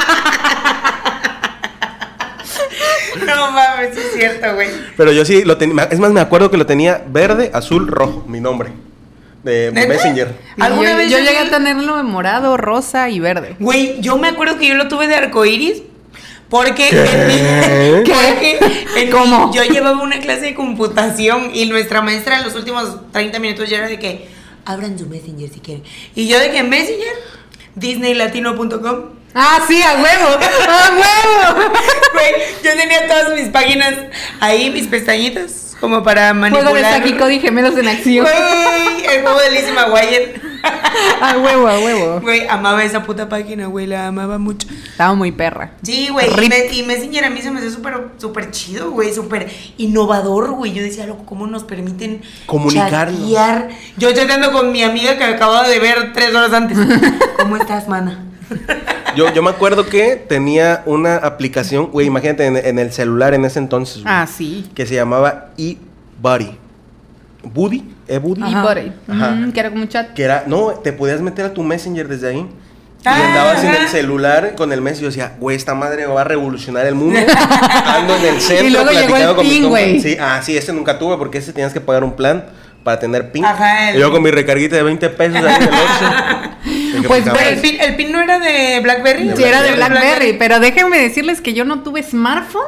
No mames, sí es cierto, güey. Pero yo sí lo tenía. Es más, me acuerdo que lo tenía verde, azul, rojo. Mi nombre. De ¿Neta? Messenger. Y ¿Alguna vez yo yo llegué llegué- a tenerlo en morado, rosa y verde. Güey, yo me acuerdo que yo lo tuve de arcoiris. Porque ¿Qué? ¿Cómo? yo llevaba una clase de computación y nuestra maestra en los últimos 30 minutos ya era de que abran su Messenger si quieren. Y yo de que Messenger, disneylatino.com. Ah, sí, a huevo. A huevo. Güey, yo tenía todas mis páginas ahí, mis pestañitas, como para Juego de manipular. Saki Cody Gemelos en acción. Güey, el juego de Lizzie McGuire. A huevo, a huevo. Güey, amaba esa puta página, güey, la amaba mucho. Estaba muy perra. Sí, güey, Rip. y Messenger a mí se me hace súper chido, güey, súper innovador, güey. Yo decía, loco, ¿cómo nos permiten Comunicarnos. chatear? Yo chateando con mi amiga que acababa de ver 3 horas antes. ¿Cómo estás, mana? Yo me acuerdo que tenía una aplicación, güey, imagínate, en el celular en ese entonces. güey, Ah, sí. que se llamaba eBuddy. ¿Buddy? ¿eBuddy? Y Body. Ajá. Que era como un chat. Que era, no, te podías meter a tu Messenger desde ahí. Y Ah, andabas en ajá. el celular con el Messenger. Yo decía, güey, esta madre va a revolucionar el mundo. Ando en el centro Y luego llegó platicando el con mis pin, compas. güey. Sí, sí, ese nunca tuve porque ese tenías que pagar un plan para tener pin. Ajá, Y yo con mi recarguita de 20 pesos ahí en el Oxxo. Pues, Dije, ¿El pin no era de BlackBerry? Sí, era de Blackberry. Blackberry. Pero déjenme decirles que yo no tuve smartphone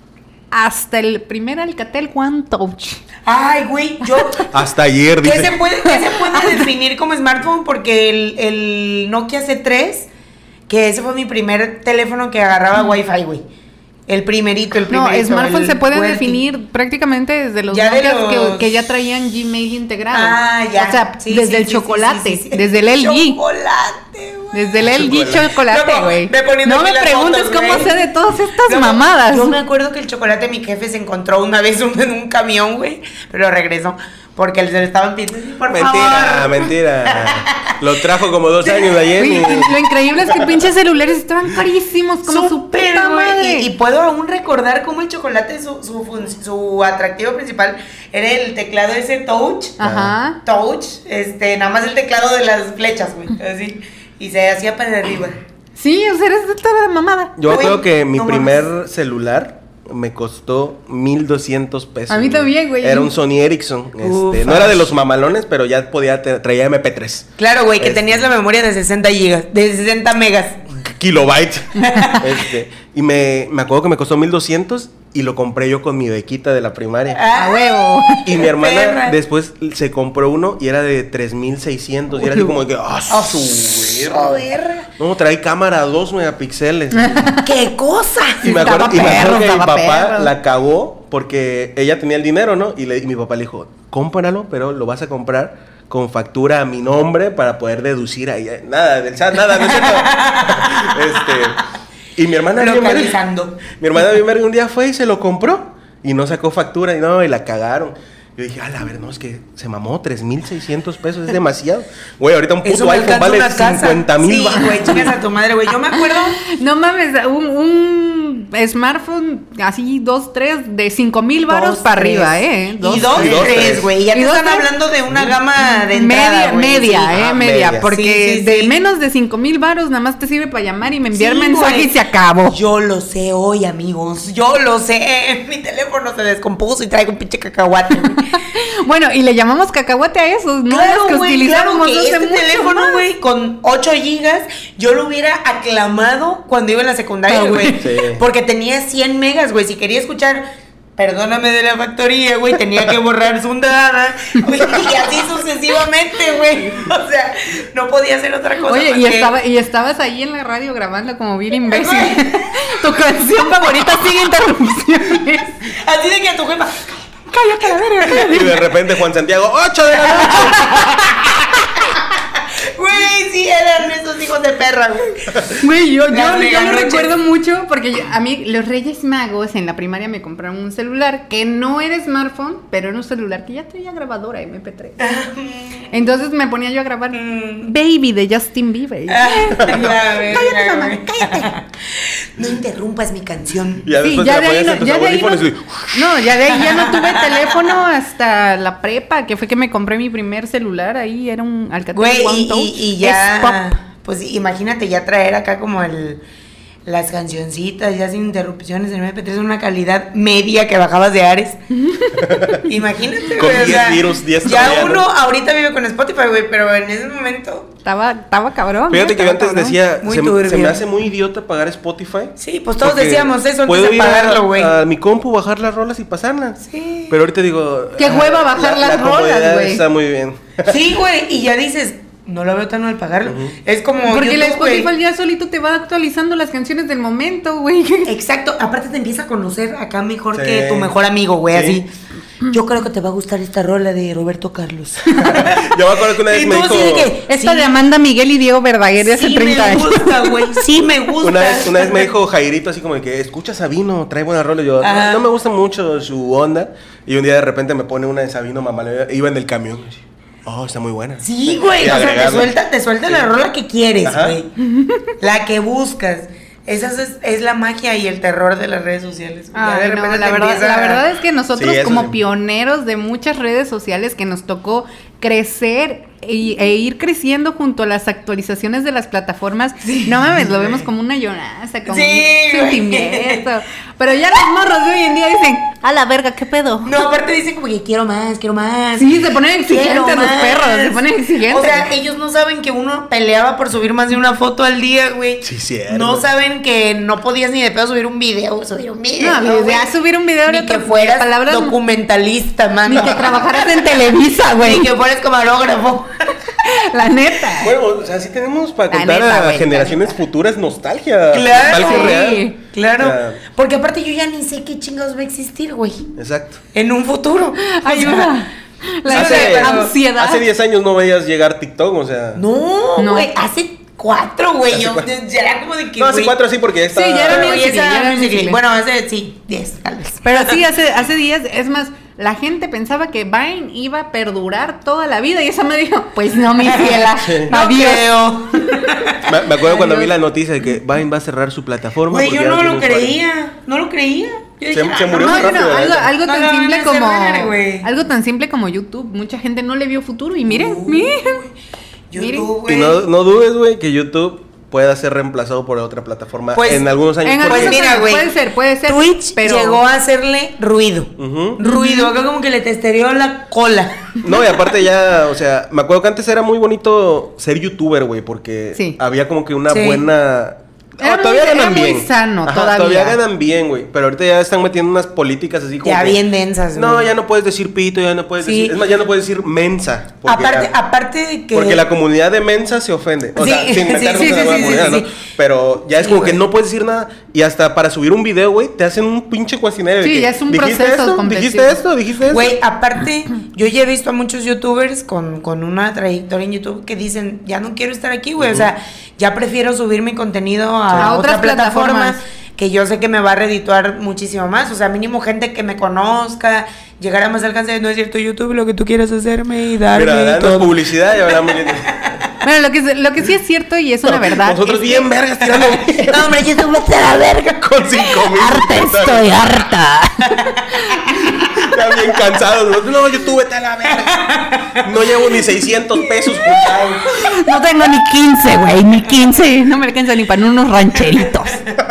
hasta el primer Alcatel One Touch. Ay, güey, yo... hasta ayer, ¿Qué dice. se puede definir como smartphone? Porque el Nokia C3, que ese fue mi primer teléfono que agarraba Wi-Fi, güey. El primerito. No, smartphone el se puede QWERTY. definir prácticamente desde los Ya de Nokias los- que ya traían Gmail integrado. Ah, ya. O sea, Sí, desde sí, el sí, chocolate, sí, sí, sí. desde el LG. Chocolate, güey. Desde el LG Chocolate. chocolate, Loco, güey. ve poniendo No aquí me las preguntes fotos, cómo güey. sé de todas estas Loco, mamadas. Yo me acuerdo que el chocolate mi jefe se encontró una vez en un camión, güey, pero regresó. porque se le estaban pidiendo, por Mentira, favor. mentira. Lo trajo como 2 años ayer. Güey, lo increíble es que pinches celulares estaban carísimos, como su Súper, puta güey. madre. Y puedo aún recordar cómo el chocolate, su atractivo principal era el teclado ese touch. Ajá. Touch, nada más el teclado de las flechas, güey. Así. Y se hacía para arriba. Sí, o sea, eres toda mamada. Yo Güey, creo que mi no primer mames. celular me costó 1,200 pesos. A mí también, güey. Era un Sony Ericsson. Ufas. No era de los mamalones, pero ya podía traía MP3. Claro, güey, que tenías la memoria de 60 gigas, de 60 megas. Kilobytes. Y me acuerdo que me costó 1,200 y lo compré yo con mi bequita de la primaria. A huevo. Y mi hermana perra. después se compró uno y era de 3,600. Y era así como que, su verga. No, trae cámara 2 megapíxeles. ¡Qué cosa! Y me acuerdo, Estaba perro, que mi estaba papá perro. la cagó porque ella tenía el dinero, ¿no? Y mi papá le dijo, cómpralo, pero lo vas a comprar con factura a mi nombre para poder deducir ahí. Nada, del SAT, nada, no es cierto. Y mi hermana bien verga, Localizando. mi hermana bien verga un día fue y se lo compró y no sacó factura y la cagaron. Yo dije, a ver, no, es que se mamó 3,600 pesos, es demasiado. Güey, ahorita un Eso puto me iPhone alcanza vale una casa. 50,000 Sí, baros. güey, chingas a tu madre, güey. Yo me acuerdo. No mames, un smartphone así, 2, 3, de 5,000 varos para arriba, Y 2, y dos, 3, tres. güey. Ya Y te dos, están tres. hablando de una gama de entrada, güey. media, Sí. Ah, media, media. porque Sí, de sí. menos de 5,000 varos nada más te sirve para llamar y me enviar Sí, mensaje güey. y se acabó. Yo lo sé hoy, amigos. Yo lo sé. Mi teléfono se descompuso y traigo un pinche cacahuate, güey. Bueno, y le llamamos cacahuate a esos, ¿no? Claro, Los que güey, utilizábamos claro que hace este mucho teléfono, más. güey, con 8 gigas, yo lo hubiera aclamado cuando iba en la secundaria, Ah, güey. Sí. Porque tenía 100 megas, güey. Si quería escuchar Perdóname de la factoría, güey, tenía que borrar Sundada, güey, y así sucesivamente, güey. O sea, no podía hacer otra cosa. Oye, más que- estabas ahí en la radio grabando como bien imbécil. Tu canción favorita sigue interrupciones. Así de que a tu jefa, Cállate la verga, cállate. Y de repente Juan Santiago, 8 de la noche. güey, sí, eran esos hijos de perra, güey. Güey, yo Las lo meganoches. recuerdo mucho porque a mí los Reyes Magos en la primaria me compraron un celular que no era smartphone, pero era un celular que ya traía grabadora MP3. Entonces me ponía yo a grabar Baby de Justin Bieber. Cállate, mamá, No interrumpas mi canción. Y ya Sí, después ya te de la ahí ponías no, en tus ya de ahí audífonos no, ya de ahí ya no tuve teléfono hasta la prepa, que fue que me compré mi primer celular, ahí era un Alcatel Güey, One Touch. y Es ya, pop. pues imagínate ya traer acá como las cancioncitas ya sin interrupciones en MP3 en una calidad media que bajabas de Ares. Imagínate, Con güey, o 10 sea, virus, 10 ya troyanos. uno ahorita vive con Spotify, güey, pero en ese momento, Estaba cabrón. Fíjate que yo estaba antes cabrón. decía, Muy se turbio. me hace muy idiota pagar Spotify. sí, pues todos Porque decíamos eso antes puedo de ir pagarlo, güey. a mi compu, bajar las rolas y pasarlas. Sí. Pero ahorita digo... Qué hueva bajar las rolas, comodidad güey. Está muy bien. Sí, güey, y ya dices, no lo veo tan mal pagarlo. Es como Porque la YouTube, güey. Spotify ya solito te va actualizando las canciones del momento, güey. Exacto, aparte te empieza a conocer acá mejor Sí. que tu mejor amigo, güey, Sí. así. Yo creo que te va a gustar esta rola de Roberto Carlos. Yo me acuerdo que una vez Y me tú dijo... así de que, Esta sí, de Amanda Miguel y Diego Verdaguer de hace sí 30 me años. gusta, güey, sí me gusta. Una vez me dijo Jairito así como de que escucha Sabino, trae buena rola. Y yo, Ajá. no me gusta mucho su onda. Y un día de repente me pone una de Sabino, mamá, iba en el camión. Y así, oh, está muy buena. Sí, güey, Y o sea, agregarle. te suelta Sí. la rola que quieres, Ajá. güey. La que buscas. Esa es la magia y el terror de las redes sociales. Ya de Ay, no, repente la te verdad, empieza la a- verdad es que nosotros Sí, eso como sí. pioneros de muchas redes sociales que nos tocó crecer e ir creciendo junto a las actualizaciones de las plataformas, no mames, lo vemos como una lloranza, como Sí, un güey. sentimiento. Pero ya los morros de hoy en día dicen, a la verga, ¿qué pedo? No, aparte dicen como que quiero más, quiero más. Sí, se ponen exigentes Quiero los más. perros, se ponen exigentes. O sea, ellos no saben que uno peleaba por subir más de una foto al día, güey. Sí, cierto. No saben que no podías ni de pedo subir un video. no, güey. ya subir un video Ni era que otra- fueras palabras- documentalista, Ni mano. que trabajaras en Televisa, güey. Ni que fueras camarógrafo. La neta. Bueno, o sea, sí tenemos para La contar neta, a güey, generaciones la neta. futuras nostalgia. Claro. Nostalgia Sí. real. Claro. O sea, Porque aparte yo ya ni sé qué chingados va a existir, güey. exacto. En un futuro. Ayuda. La Hace- ansiedad. Hace 10 años no veías llegar TikTok, o sea. No, No. güey. Hace 4, güey. Hace Yo cuatro. ya era como de que. No, hace güey, 4 sí, porque ya está. Sí, ya era pero Musical.ly, esa ya era Musical.ly. Musical.ly. Bueno, hace, sí, 10, tal vez. Pero sí, hace días, es más, la gente pensaba que Vine iba a perdurar toda la vida y esa me dijo, pues no, mi fiela, No adiós. creo. Me acuerdo cuando vi Adiós. la noticia de que Vine va a cerrar su plataforma. Güey, porque yo ya no tiene lo usuarios. creía. No lo creía. Yo dije, Se murió No, muy bueno, rápido, algo, ¿verdad? algo No tan la van a simple como cerrar, güey. algo tan simple como YouTube, mucha gente no le vio futuro y miren, Uy, miren. YouTube, Y güey. no dudes, güey, que YouTube pueda ser reemplazado por otra plataforma Pues, en algunos años. En porque- algunos mira, años, güey, puede ser, Twitch pero llegó a hacerle ruido. Ujú. Ruido, acá como que le testereó la cola. No, y aparte ya, o sea, me acuerdo que antes era muy bonito ser youtuber, güey, porque Sí. había como que una Sí. buena... Era muy- era muy sano todavía. Todavía ganan bien, güey, pero ahorita ya están metiendo unas políticas así como Ya que, bien densas, güey. no, ya no puedes decir pito, ya no puedes Sí. decir... Es más, ya no puedes decir mensa. Porque, Aparte de que. porque la comunidad de mensa se ofende. O Sí, sea, sin sí, meternos sí, en la sí, sí, comunidad, sí, ¿no? sí. Pero ya es Sí, como que güey. no puedes decir nada. Y hasta para subir un video, güey, te hacen un pinche cuestionario. de Sí, que, ya es un ¿dijiste proceso esto? completo. ¿Dijiste esto? ¿Dijiste esto? Güey, aparte, yo ya he visto a muchos youtubers con una trayectoria en YouTube que dicen, ya no quiero estar aquí, güey. O sea, ya prefiero subir mi contenido a otras otra plataforma plataformas. que yo sé que me va a redituar muchísimo más. O sea, mínimo gente que me conozca, llegar a más alcance. No es cierto, YouTube, lo que tú quieras hacerme y darme Mira, y danos todo. publicidad y hablamos. bueno, lo que sí es cierto y es una verdad. Nosotros es que- bien vergas tirando No, hombre, YouTube, vete a la verga. con 5,000. harta. Ya bien cansados. No, YouTube, vete a la verga. No llevo ni 600 pesos juntados. No tengo ni 15, güey, ni 15. No me alcanza ni para unos rancheritos.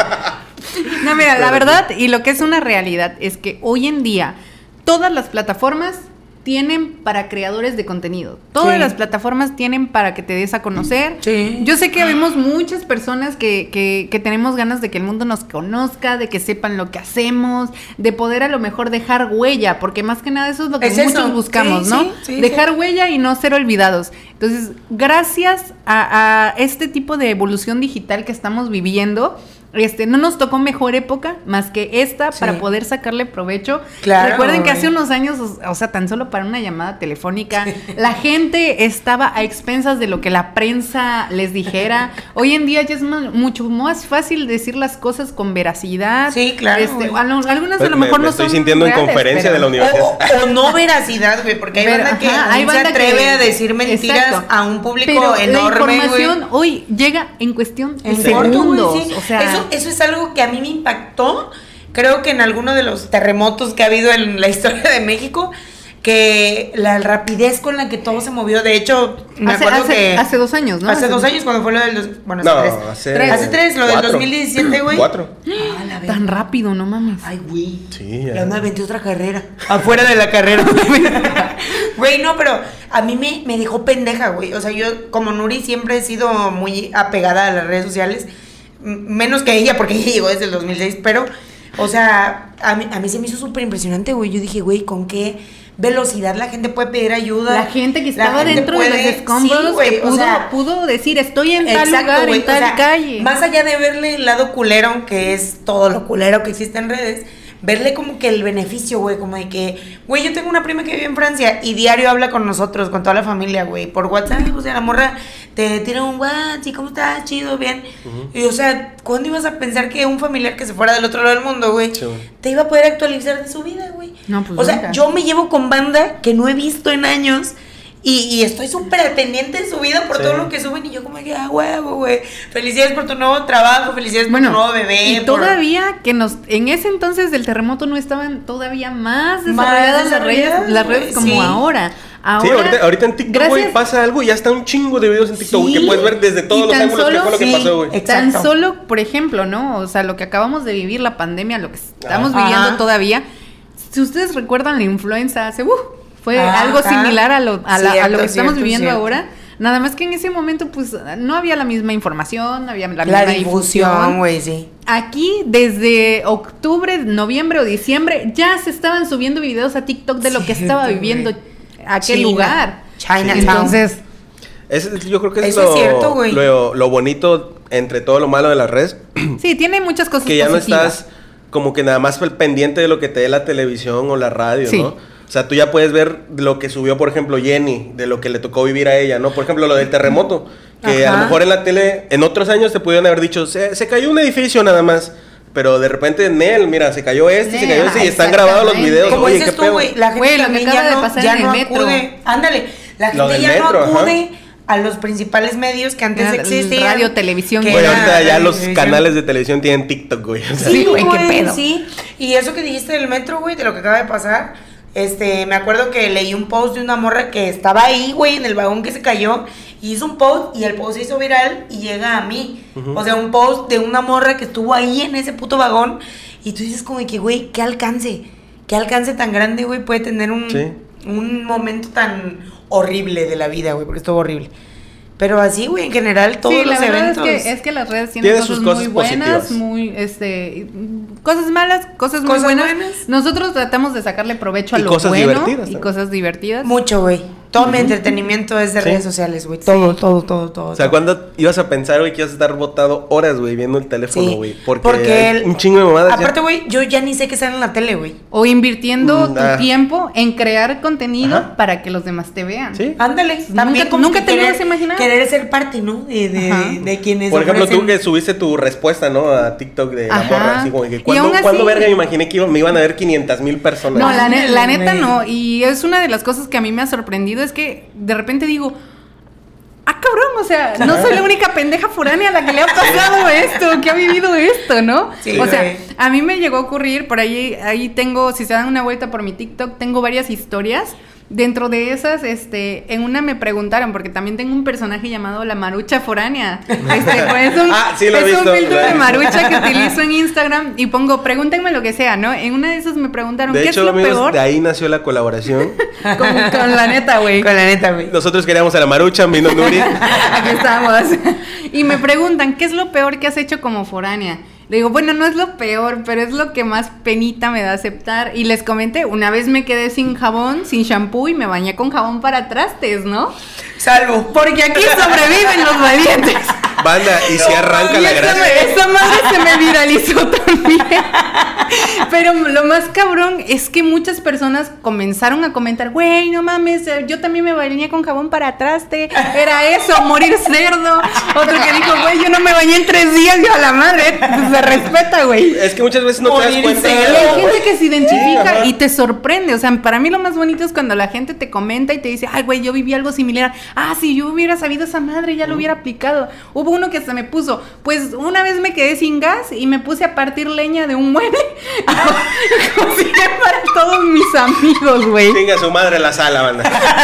No, mira, la verdad y lo que es una realidad es que hoy en día todas las plataformas tienen para creadores de contenido. Todas Sí. las plataformas tienen para que te des a conocer. Sí. Yo sé que vemos muchas personas que tenemos ganas de que el mundo nos conozca, de que sepan lo que hacemos, de poder a lo mejor dejar huella, porque más que nada eso es lo que Es muchos eso. buscamos, Sí, ¿no? sí, sí, dejar sí. huella y no ser olvidados. Entonces, gracias a este tipo de evolución digital que estamos viviendo, no nos tocó mejor época más que esta Sí. para poder sacarle provecho. Claro, Recuerden que güey. hace unos años, o sea, tan solo para una llamada telefónica, la gente estaba a expensas de lo que la prensa les dijera. Hoy en día ya es mucho más fácil decir las cosas con veracidad. Sí, claro, güey. Algunas a lo mejor me no estoy son sintiendo en reales, conferencia pero- de la universidad. O no veracidad, güey, porque hay Pero, banda que ajá, hay aún se banda atreve que- a decir mentiras Exacto. a un público Pero enorme, la información güey. hoy llega en cuestión de En corto, segundos. güey, sí. O sea, eso es algo que a mí me impactó. Creo que en alguno de los terremotos que ha habido en la historia de México, que la rapidez con la que todo se movió. De hecho, me acuerdo que hace 2 años, ¿no? hace 2 años cuando fue lo del bueno, No, hace 3. Hace 3, lo del 4. 2017, güey. 4. Ah, la verga. Tan rápido, no mames. Ay, güey. Sí, ya. Ya me aventé otra carrera. Afuera de la carrera. Güey, no, pero a mí me dejó pendeja, güey. O sea, yo como Nuri siempre he sido muy apegada a las redes sociales. Menos que ella, porque ella llegó desde el 2006. Pero, o sea, a mí se me hizo súper impresionante, güey. Yo dije, güey, ¿con qué velocidad la gente puede pedir ayuda? La gente que La estaba gente dentro de puede- los escombros, sí, güey, que o sea, pudo decir, estoy en tal exacto, lugar, güey, en tal o sea, calle. Más allá de verle el lado culero, que es todo lo culero que existe en redes, verle como que el beneficio, güey, como de que, güey, yo tengo una prima que vive en Francia y diario habla con nosotros, con toda la familia, güey, por WhatsApp, o sea, la morra te tira un WhatsApp, ¿y cómo estás? Chido, bien. Y, o sea, ¿cuándo ibas a pensar que un familiar que se fuera del otro lado del mundo, güey, Sí, güey. te iba a poder actualizar de su vida, güey? No, pues o sea, nunca. yo me llevo con banda que no he visto en años. Y estoy súper pendiente de su vida por Sí. todo lo que suben. Y yo como que, huevo, güey. Felicidades por tu nuevo trabajo, felicidades por tu nuevo bebé. y por- todavía que en ese entonces del terremoto no estaban todavía más desarrolladas desarrolladas, las redes güey, como sí. ahora. Sí, ahorita en TikTok, güey, gracias- pasa algo y ya está un chingo de videos en TikTok, güey, Sí, que puedes ver desde todos y los tan ángulos qué solo- fue lo que sí, pasó, güey. exacto. Tan solo, por ejemplo, ¿no? O sea, lo que acabamos de vivir, la pandemia, lo que estamos Ajá. viviendo todavía. Si ustedes recuerdan la influenza hace, fue Ajá. algo similar a lo Cierto, que estamos cierto, viviendo cierto. ahora. Nada más que en ese momento, pues, no había la misma información, no había la La misma difusión, güey, sí. Aquí, desde octubre, noviembre o diciembre, ya se estaban subiendo videos a TikTok de lo que Cierto, estaba güey. viviendo aquel China. lugar. Chinatown. Entonces, Yo creo que es Eso es cierto, güey. lo bonito entre todo lo malo de las redes, sí, tiene muchas cosas que ya no positivas. estás como que nada más pendiente de lo que te dé la televisión o la radio, Sí. ¿no? O sea, tú ya puedes ver lo que subió, por ejemplo, Jenny, de lo que le tocó vivir a ella, ¿no? Por ejemplo, lo del terremoto, Que a lo mejor en la tele, en otros años te pudieron haber dicho, se cayó un edificio nada más. Pero de repente en él, mira, se cayó se cayó ese y están grabados los videos. Como Oye, dices ¿qué tú, pedo? güey, la gente también ya no acude. Ándale, la gente ya no acude a los principales medios que antes existían. Radio, televisión. Güey, ahorita ya los canales de televisión tienen TikTok, güey. O sea, sí, güey, qué pedo. Sí, y eso que dijiste del metro, güey, de lo que acaba de pasar, me acuerdo que leí un post de una morra que estaba ahí, güey, en el vagón que se cayó, y hizo un post, y el post se hizo viral, y llega a mí. O sea, un post de una morra que estuvo ahí en ese puto vagón, y tú dices como que, güey, qué alcance tan grande, güey, puede tener un momento tan horrible de la vida, güey, porque estuvo horrible. Pero así, güey, en general, todos los eventos. Es que las redes tienen cosas muy buenas, positivas. muy, cosas malas, cosas muy buenas. Nosotros tratamos de sacarle provecho a lo cosas bueno divertidas, y ¿no? cosas divertidas. Mucho, güey. Todo mi entretenimiento es de redes sociales, güey. Todo. O sea, ¿cuándo ibas a pensar, güey, que ibas a estar botado horas, güey, viendo el teléfono, güey? Sí, porque un chingo de mamadas. Aparte, güey, yo ya ni sé qué sale en la tele, güey. O invirtiendo tu tiempo en crear contenido para que los demás te vean. Sí. Ándale. También ¿Nunca te lo ibas a imaginar? Querer ser parte, ¿no? De quienes Por ejemplo, ofrecen... tú que subiste tu respuesta, ¿no? A TikTok de la morra, así como que ¿cuándo verga me imaginé que me iban a ver 500,000 personas? No, la neta no. Y es una de las cosas que a mí me ha sorprendido, es que de repente digo, cabrón, o sea, no soy la única pendeja foránea a la que le ha pasado esto, que ha vivido esto, ¿no? Sí, o sea, güey. a mí me llegó a ocurrir, por ahí tengo, si se dan una vuelta por mi TikTok, tengo varias historias. Dentro de esas, en una me preguntaron, porque también tengo un personaje llamado La Marucha Foránea. Pues es un filtro de Marucha que utilizo en Instagram y pongo, pregúntenme lo que sea, ¿no? En una de esas me preguntaron, ¿qué es lo peor? De ahí nació la colaboración. con la neta, güey. Con la neta, güey. Nosotros queríamos a La Marucha, vino Nuri. Aquí estamos. Y me preguntan, ¿qué es lo peor que has hecho como foránea? Le digo, bueno, no es lo peor, pero es lo que más penita me da aceptar. Y les comenté, una vez me quedé sin jabón, sin shampoo y me bañé con jabón para trastes, ¿no? Salvo. Porque aquí sobreviven los valientes. Banda, y si arranca la grasa. Esa madre se me viralizó también. Pero lo más cabrón es que muchas personas comenzaron a comentar, güey, no mames, yo también me bañé con jabón para traste, era eso, morir cerdo. Otro que dijo, güey, yo no me bañé en 3 días, yo a la madre, pues se respeta, güey. Es que muchas veces no te das cuenta. Hay gente que se identifica y te sorprende. O sea, para mí lo más bonito es cuando la gente te comenta y te dice, ay, güey, yo viví algo similar. Ah, si yo hubiera sabido esa madre, ya lo hubiera aplicado. Hubo uno que se me puso, pues una vez me quedé sin gas y me puse a partir leña de un mueble y cociné para todos mis amigos, güey. Venga su madre la sala, banda.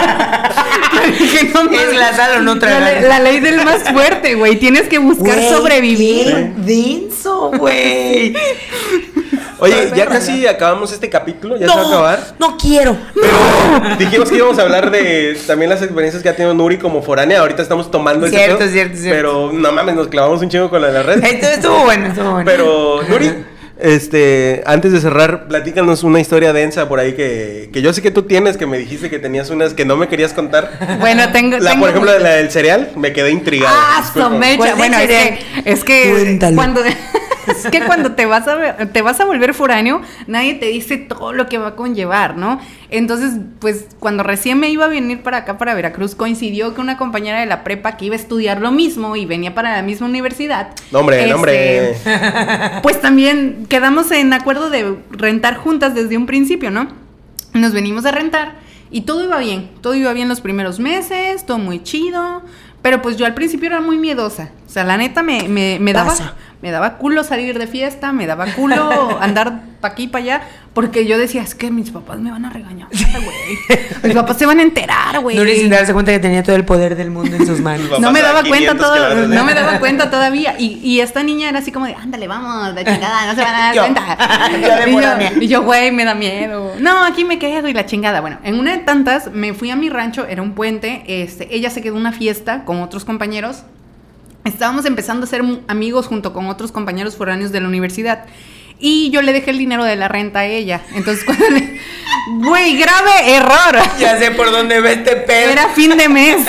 Dije, no, ¿es la sala o no tragar? La ley del más fuerte, güey. Tienes que buscar sobrevivir. Qué denso, güey. Oye, ya casi acabamos este capítulo, ya se va a acabar. No quiero. Pero dijimos que íbamos a hablar de también las experiencias que ha tenido Nuri como foránea. Ahorita estamos tomando ese Cierto. Pero no mames, nos clavamos un chingo con la de la red. Estuvo bueno. Pero, Nuri, antes de cerrar, platícanos una historia densa por ahí que yo sé que tú tienes, que me dijiste que tenías unas que no me querías contar. Bueno, tengo por ejemplo, la del cereal, me quedé intrigada. Somecha. Bueno, es que Cuéntalo. cuando te vas a volver foráneo, nadie te dice todo lo que va a conllevar, ¿no? Entonces, pues, cuando recién me iba a venir para acá, para Veracruz, coincidió que una compañera de la prepa que iba a estudiar lo mismo y venía para la misma universidad. Nombre. Pues también quedamos en acuerdo de rentar juntas desde un principio, ¿no? Nos venimos a rentar y todo iba bien los primeros meses, todo muy chido, pero pues yo al principio era muy miedosa. O sea, la neta me daba culo salir de fiesta, me daba culo andar pa' aquí, pa' allá, porque yo decía, es que mis papás me van a regañar, güey. Mis papás se van a enterar, güey. No le sin darse cuenta que tenía todo el poder del mundo en sus manos. No me daba cuenta todavía. Y esta niña era así como de, ándale, vamos, la chingada, no se van a dar cuenta. Y yo, güey, me da miedo. No, aquí me quedo y la chingada. Bueno, en una de tantas me fui a mi rancho, era un puente, ella se quedó en una fiesta con otros compañeros. Estábamos empezando a ser amigos junto con otros compañeros foráneos de la universidad. Y yo le dejé el dinero de la renta a ella. Entonces, cuando güey, grave error. Ya sé por dónde va este pedo. Era fin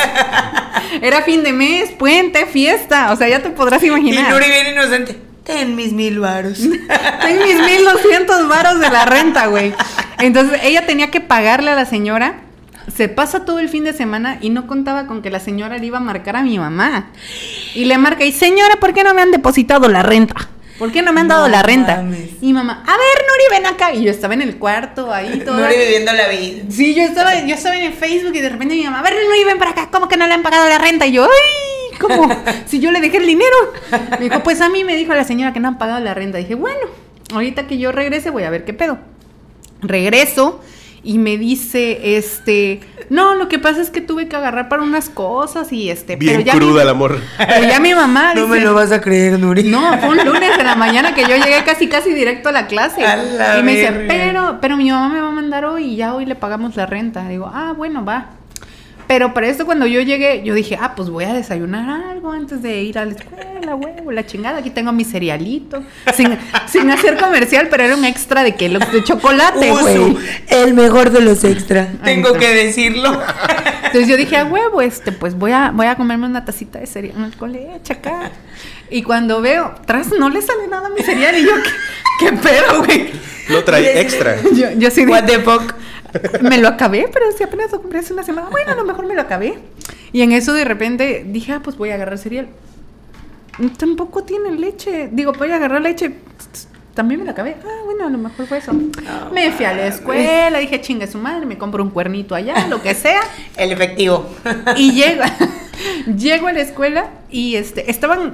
de mes, puente, fiesta. O sea, ya te podrás imaginar. Y Nuri bien inocente. Ten mis 1,000 varos. Ten mis 1,200 varos de la renta, güey. Entonces, ella tenía que pagarle a la señora se pasa todo el fin de semana y no contaba con que la señora le iba a marcar a mi mamá. Y le marca, y señora, ¿por qué no me han depositado la renta? ¿Por qué no me han dado la renta? Mames. Y mamá, a ver, Nuri, ven acá. Y yo estaba en el cuarto, ahí todo. Nuri viviendo la vida. Sí, yo estaba en el Facebook y de repente mi mamá, a ver, Nuri, ven para acá. ¿Cómo que no le han pagado la renta? Y yo, ¡ay! ¿Cómo? Si yo le dejé el dinero. Me dijo, pues a mí me dijo la señora que no han pagado la renta. Dije, bueno, ahorita que yo regrese voy a ver qué pedo. Regreso y me dice, no, lo que pasa es que tuve que agarrar para unas cosas y Bien pero ya cruda el amor. Pero ya mi mamá No dice, me lo vas a creer, Nuri. no, fue un lunes de la mañana que yo llegué casi directo a la clase. A la y me dice, verga. pero mi mamá me va a mandar hoy y ya hoy le pagamos la renta. Digo, bueno, va. Pero para esto cuando yo llegué, yo dije, pues voy a desayunar algo antes de ir a la escuela, huevo, la chingada. Aquí tengo mi cerealito. Sin hacer comercial, pero era un extra de Kellogg's de chocolate, güey. El mejor de los extra. Tengo está. que decirlo. Entonces yo dije, a huevo, pues voy a comerme una tacita de cereal con leche acá. Y cuando veo, atrás no le sale nada a mi cereal. Y yo, ¿qué pedo, güey? Lo trae extra. Yo sí What the fuck. me lo acabé, pero si apenas lo compré hace una semana. Bueno, a lo mejor me lo acabé. Y en eso de repente dije, pues voy a agarrar cereal. Tampoco tiene leche. Digo, voy a agarrar leche. También me lo acabé. Bueno, a lo mejor fue eso. Me fui a la escuela, dije, chingue su madre, me compro un cuernito allá, lo que sea. El efectivo. Y llego a la escuela y estaban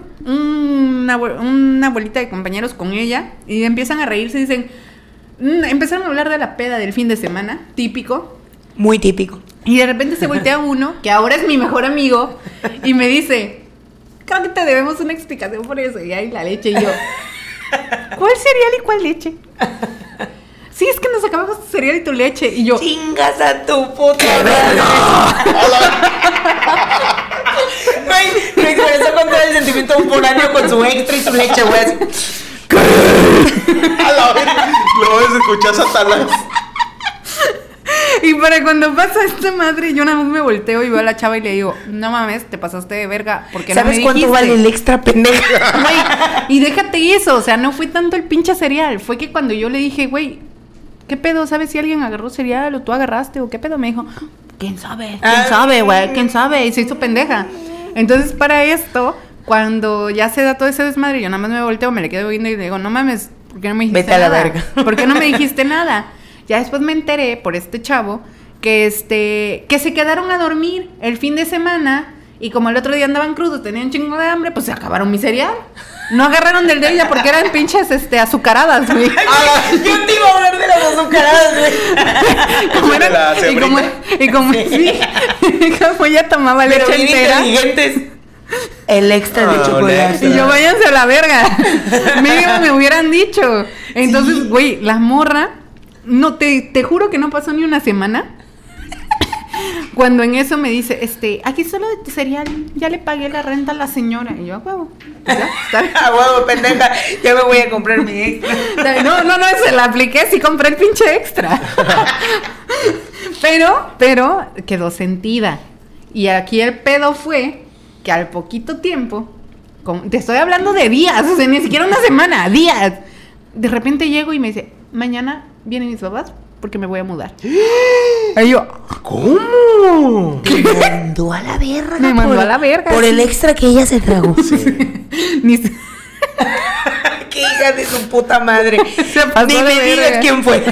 una bolita de compañeros con ella y empiezan a reírse y dicen, empezaron a hablar de la peda del fin de semana, típico. Muy típico. Y de repente se voltea uno, que ahora es mi mejor amigo, y me dice, creo que te debemos una explicación por eso. Y ahí la leche y yo, ¿cuál cereal y cuál leche? Sí, es que nos acabamos tu cereal y tu leche. Y yo, Chingas a tu puta madre. Güey, me expresó con todo el sentimiento foráneo con su extra y su leche, güey. A la vez, luego se escucha Satanás. y para cuando pasa esta madre, yo nada más me volteo y veo a la chava y le digo, no mames, te pasaste de verga, porque no me ¿Sabes dijiste? cuánto vale el extra, pendeja? Güey, y déjate eso, o sea, no fue tanto el pinche cereal, fue que cuando yo le dije, güey, ¿qué pedo? ¿Sabes si alguien agarró cereal o tú agarraste o qué pedo? Me dijo, ¿quién sabe? ¿Quién sabe, güey? ¿Quién sabe? Y se hizo pendeja. Entonces, para esto, cuando ya se da todo ese desmadre, yo nada más me volteo, me le quedo viendo y le digo, no mames, ¿por qué no me dijiste Vete a la nada? verga. ¿Por qué no me dijiste nada? Ya después me enteré por este chavo que se quedaron a dormir el fin de semana y como el otro día andaban crudos, tenían un chingo de hambre, pues se acabaron mi cereal. No agarraron del de ella porque eran pinches azucaradas, güey. Yo te iba a hablar de las azucaradas, güey. Como De la eran- y como sí, como ella tomaba Pero leche bien entera. inteligentes. El extra de Ah, chocolate. Y yo, váyanse a la verga. Mínimo me hubieran dicho. Entonces, güey, la morra, no, te juro que no pasó ni una semana. Cuando en eso me dice, aquí solo de tu cereal, ya le pagué la renta a la señora. Y yo, a huevo. Pues ya, está bien. A huevo, pendeja. Ya me voy a comprar mi extra. No, se la apliqué, sí compré el pinche extra. Pero quedó sentida. Y aquí el pedo fue que al poquito tiempo, te estoy hablando de días, o sea, ni siquiera una semana, días. De repente llego y me dice, mañana vienen mis papás porque me voy a mudar. Y yo, ¿Cómo? Te mandó a la verga. Me mandó a la verga, Por sí. el extra que ella se tragó. ni Qué hija de su puta madre. Se pasó Ni de me verga. digas quién fue.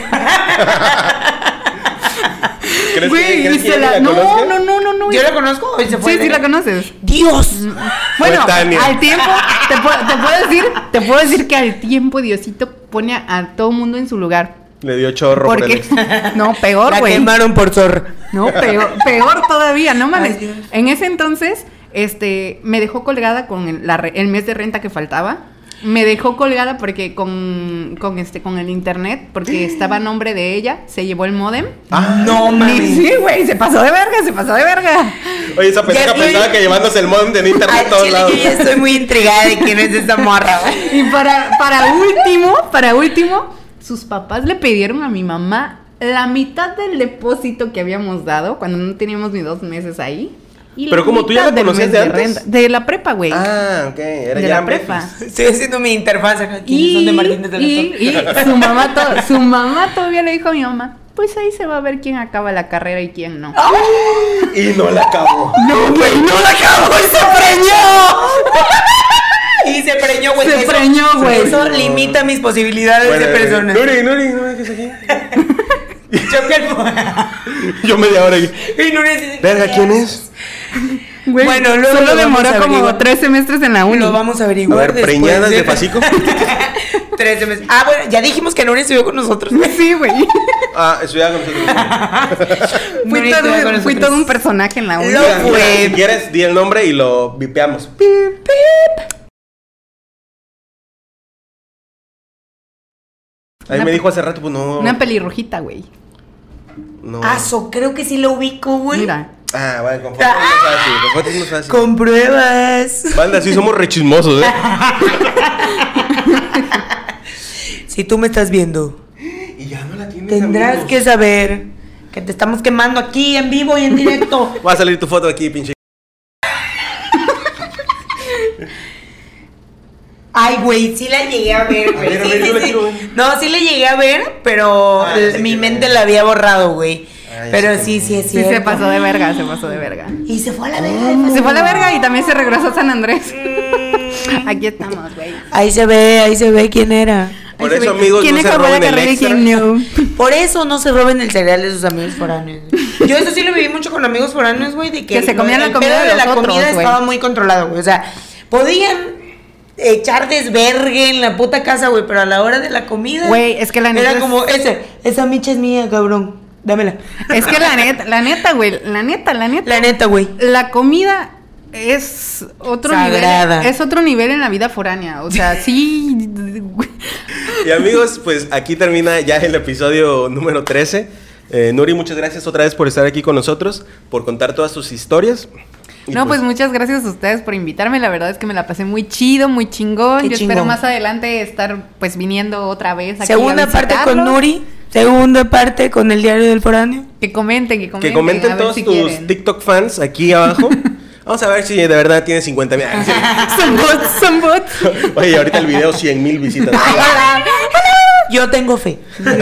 ¿Crees güey, que y se ella la... la No. ¿Yo la conozco o se fue? Sí, la conoces. Dios. Bueno, Tania. al tiempo, te puedo decir que al tiempo Diosito pone a todo mundo en su lugar. Le dio chorro por el Porque, extra. no, peor, La güey. quemaron por zorra. No, peor todavía, no mames. Ay, Dios. En ese entonces, me dejó colgada con el mes de renta que faltaba. Me dejó colgada porque con el internet, porque estaba a nombre de ella, se llevó el módem. No mames. Sí, güey, se pasó de verga. Oye, esa pendeja Ya estoy- pensaba que llevándose el modem de internet a Al todos chile lados. yo ya estoy muy intrigada de quién es esa morra, güey. Y para último, sus papás le pidieron a mi mamá la mitad del depósito que habíamos dado cuando no teníamos ni 2 meses ahí. Y Pero la como tú ya mitad la del conocías mes de antes. renta. De la prepa, güey. Ah, ok. Era de ya la prepa. Memphis. Estoy haciendo mi interfaz acá. ¿Quiénes son de Martínez de la Torre? y su mamá todavía le dijo a mi mamá, pues ahí se va a ver quién acaba la carrera y quién no. Y no la acabó. No, güey, no la acabó y se preñó. Y se preñó, güey. Se preñó, güey. Eso limita mis posibilidades Bueno, de persona. Nuri, no me dejes aquí. Yo Yo media hora aquí. Y Nuri dice, Verga, ¿quién es? Güey, bueno, luego solo lo vamos demoró a como averiguar. 3 semestres en la uni. lo vamos a A averiguar ver, preñadas de Pasico. 13 meses. Ah, bueno, ya dijimos que Nuri estudió con nosotros. Sí, güey. Ah, estudiaba con nosotros. Fui, Nuri estudió con fui nosotros. todo un personaje en la uni. Lo fue. Si quieres, di el nombre y lo vipeamos. Ahí Una me dijo hace rato, pues no. Una pelirrojita, güey. No. Creo que sí lo ubico, güey. Mira. Ah, vale, con fotos es más fácil. Con fotos es más fácil. Con pruebas. Banda, sí somos rechismosos, Si tú me estás viendo, Y ya no la tienes. tendrás amigos. que saber que te estamos quemando aquí en vivo y en directo. Va a salir tu foto aquí, pinche. Ay, güey, sí la llegué a ver, güey. A ver, Sí, yo sí, la sí. quiero ver. No, sí la llegué a ver, pero Sí mi que mente no. la había borrado, güey. Ay, Pero sí sí, que sí es Sí, cierto. se pasó de verga, se pasó de verga. Y se fue a la verga. Se fue a la verga y también se regresó a San Andrés. Aquí estamos, güey. Ahí se ve quién era. Por Ahí se eso, ve. amigos, ¿Quién no se acabó la roben el carrera y extra. quién no? Por eso no se roben el cereal de sus amigos foráneos. Yo eso sí lo viví mucho con amigos foráneos, güey, de Que se comían la el comida pedo de de la los otros, comida güey. estaba muy controlado, güey. O sea, podían echar desvergue en la puta casa, güey, pero a la hora de la comida Güey, es que la neta era es- como esa micha es mía, cabrón. Dámela. Es que la neta, güey, la neta. La neta, güey. La comida es otro Sagrada. nivel. Es otro nivel en la vida foránea. O sea, sí. Y amigos, pues aquí termina ya el episodio número 13. Nuri, muchas gracias otra vez por estar aquí con nosotros, por contar todas tus historias. Y No, pues muchas gracias a ustedes por invitarme. La verdad es que me la pasé muy chido, muy chingón. Qué Yo chingón. espero más adelante estar pues viniendo otra vez aquí Segunda a parte con visitarlos. Nuri. Segunda parte con el diario del foráneo. Que comenten, que comenten a ver todos si tus quieren. TikTok fans aquí abajo. Vamos a ver si de verdad tiene 50,000. Son bots. Oye, ahorita el video 100,000 visitas. Yo tengo fe.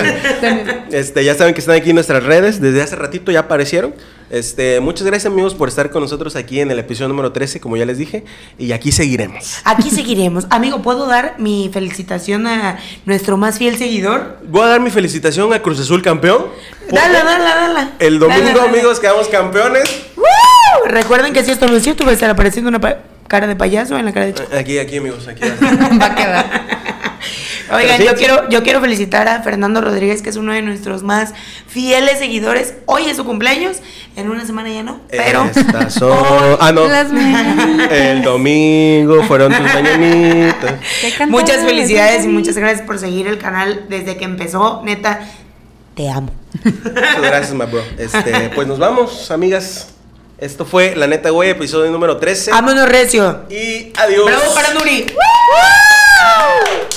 Ya saben que están aquí en nuestras redes, desde hace ratito ya aparecieron. Muchas gracias, amigos, por estar con nosotros aquí en el episodio número 13, como ya les dije, y aquí seguiremos. Aquí seguiremos. Amigo, ¿puedo dar mi felicitación a nuestro más fiel seguidor? Voy a dar mi felicitación a Cruz Azul campeón. Dala. El domingo, Dala. amigos, quedamos campeones. ¡Woo! Recuerden que si esto no es cierto, va a estar apareciendo una cara de payaso en la cara de chico. Aquí, amigos, aquí. Va a quedar. Oigan, Pero sí. yo quiero felicitar a Fernando Rodríguez, que es uno de nuestros más fieles seguidores. Hoy es su cumpleaños, en una semana ya no, pero Estas son... Ah, no. Las mañanitas. El domingo fueron tus mañanitas. Te cantaré, muchas felicidades y te muchas gracias por seguir el canal desde que empezó. Neta, te amo. Muchas gracias, my bro. Pues nos vamos, amigas. Esto fue La Neta, güey, episodio número 13. Vámonos, recio. Y adiós. Bravo para Nuri. ¡Woo!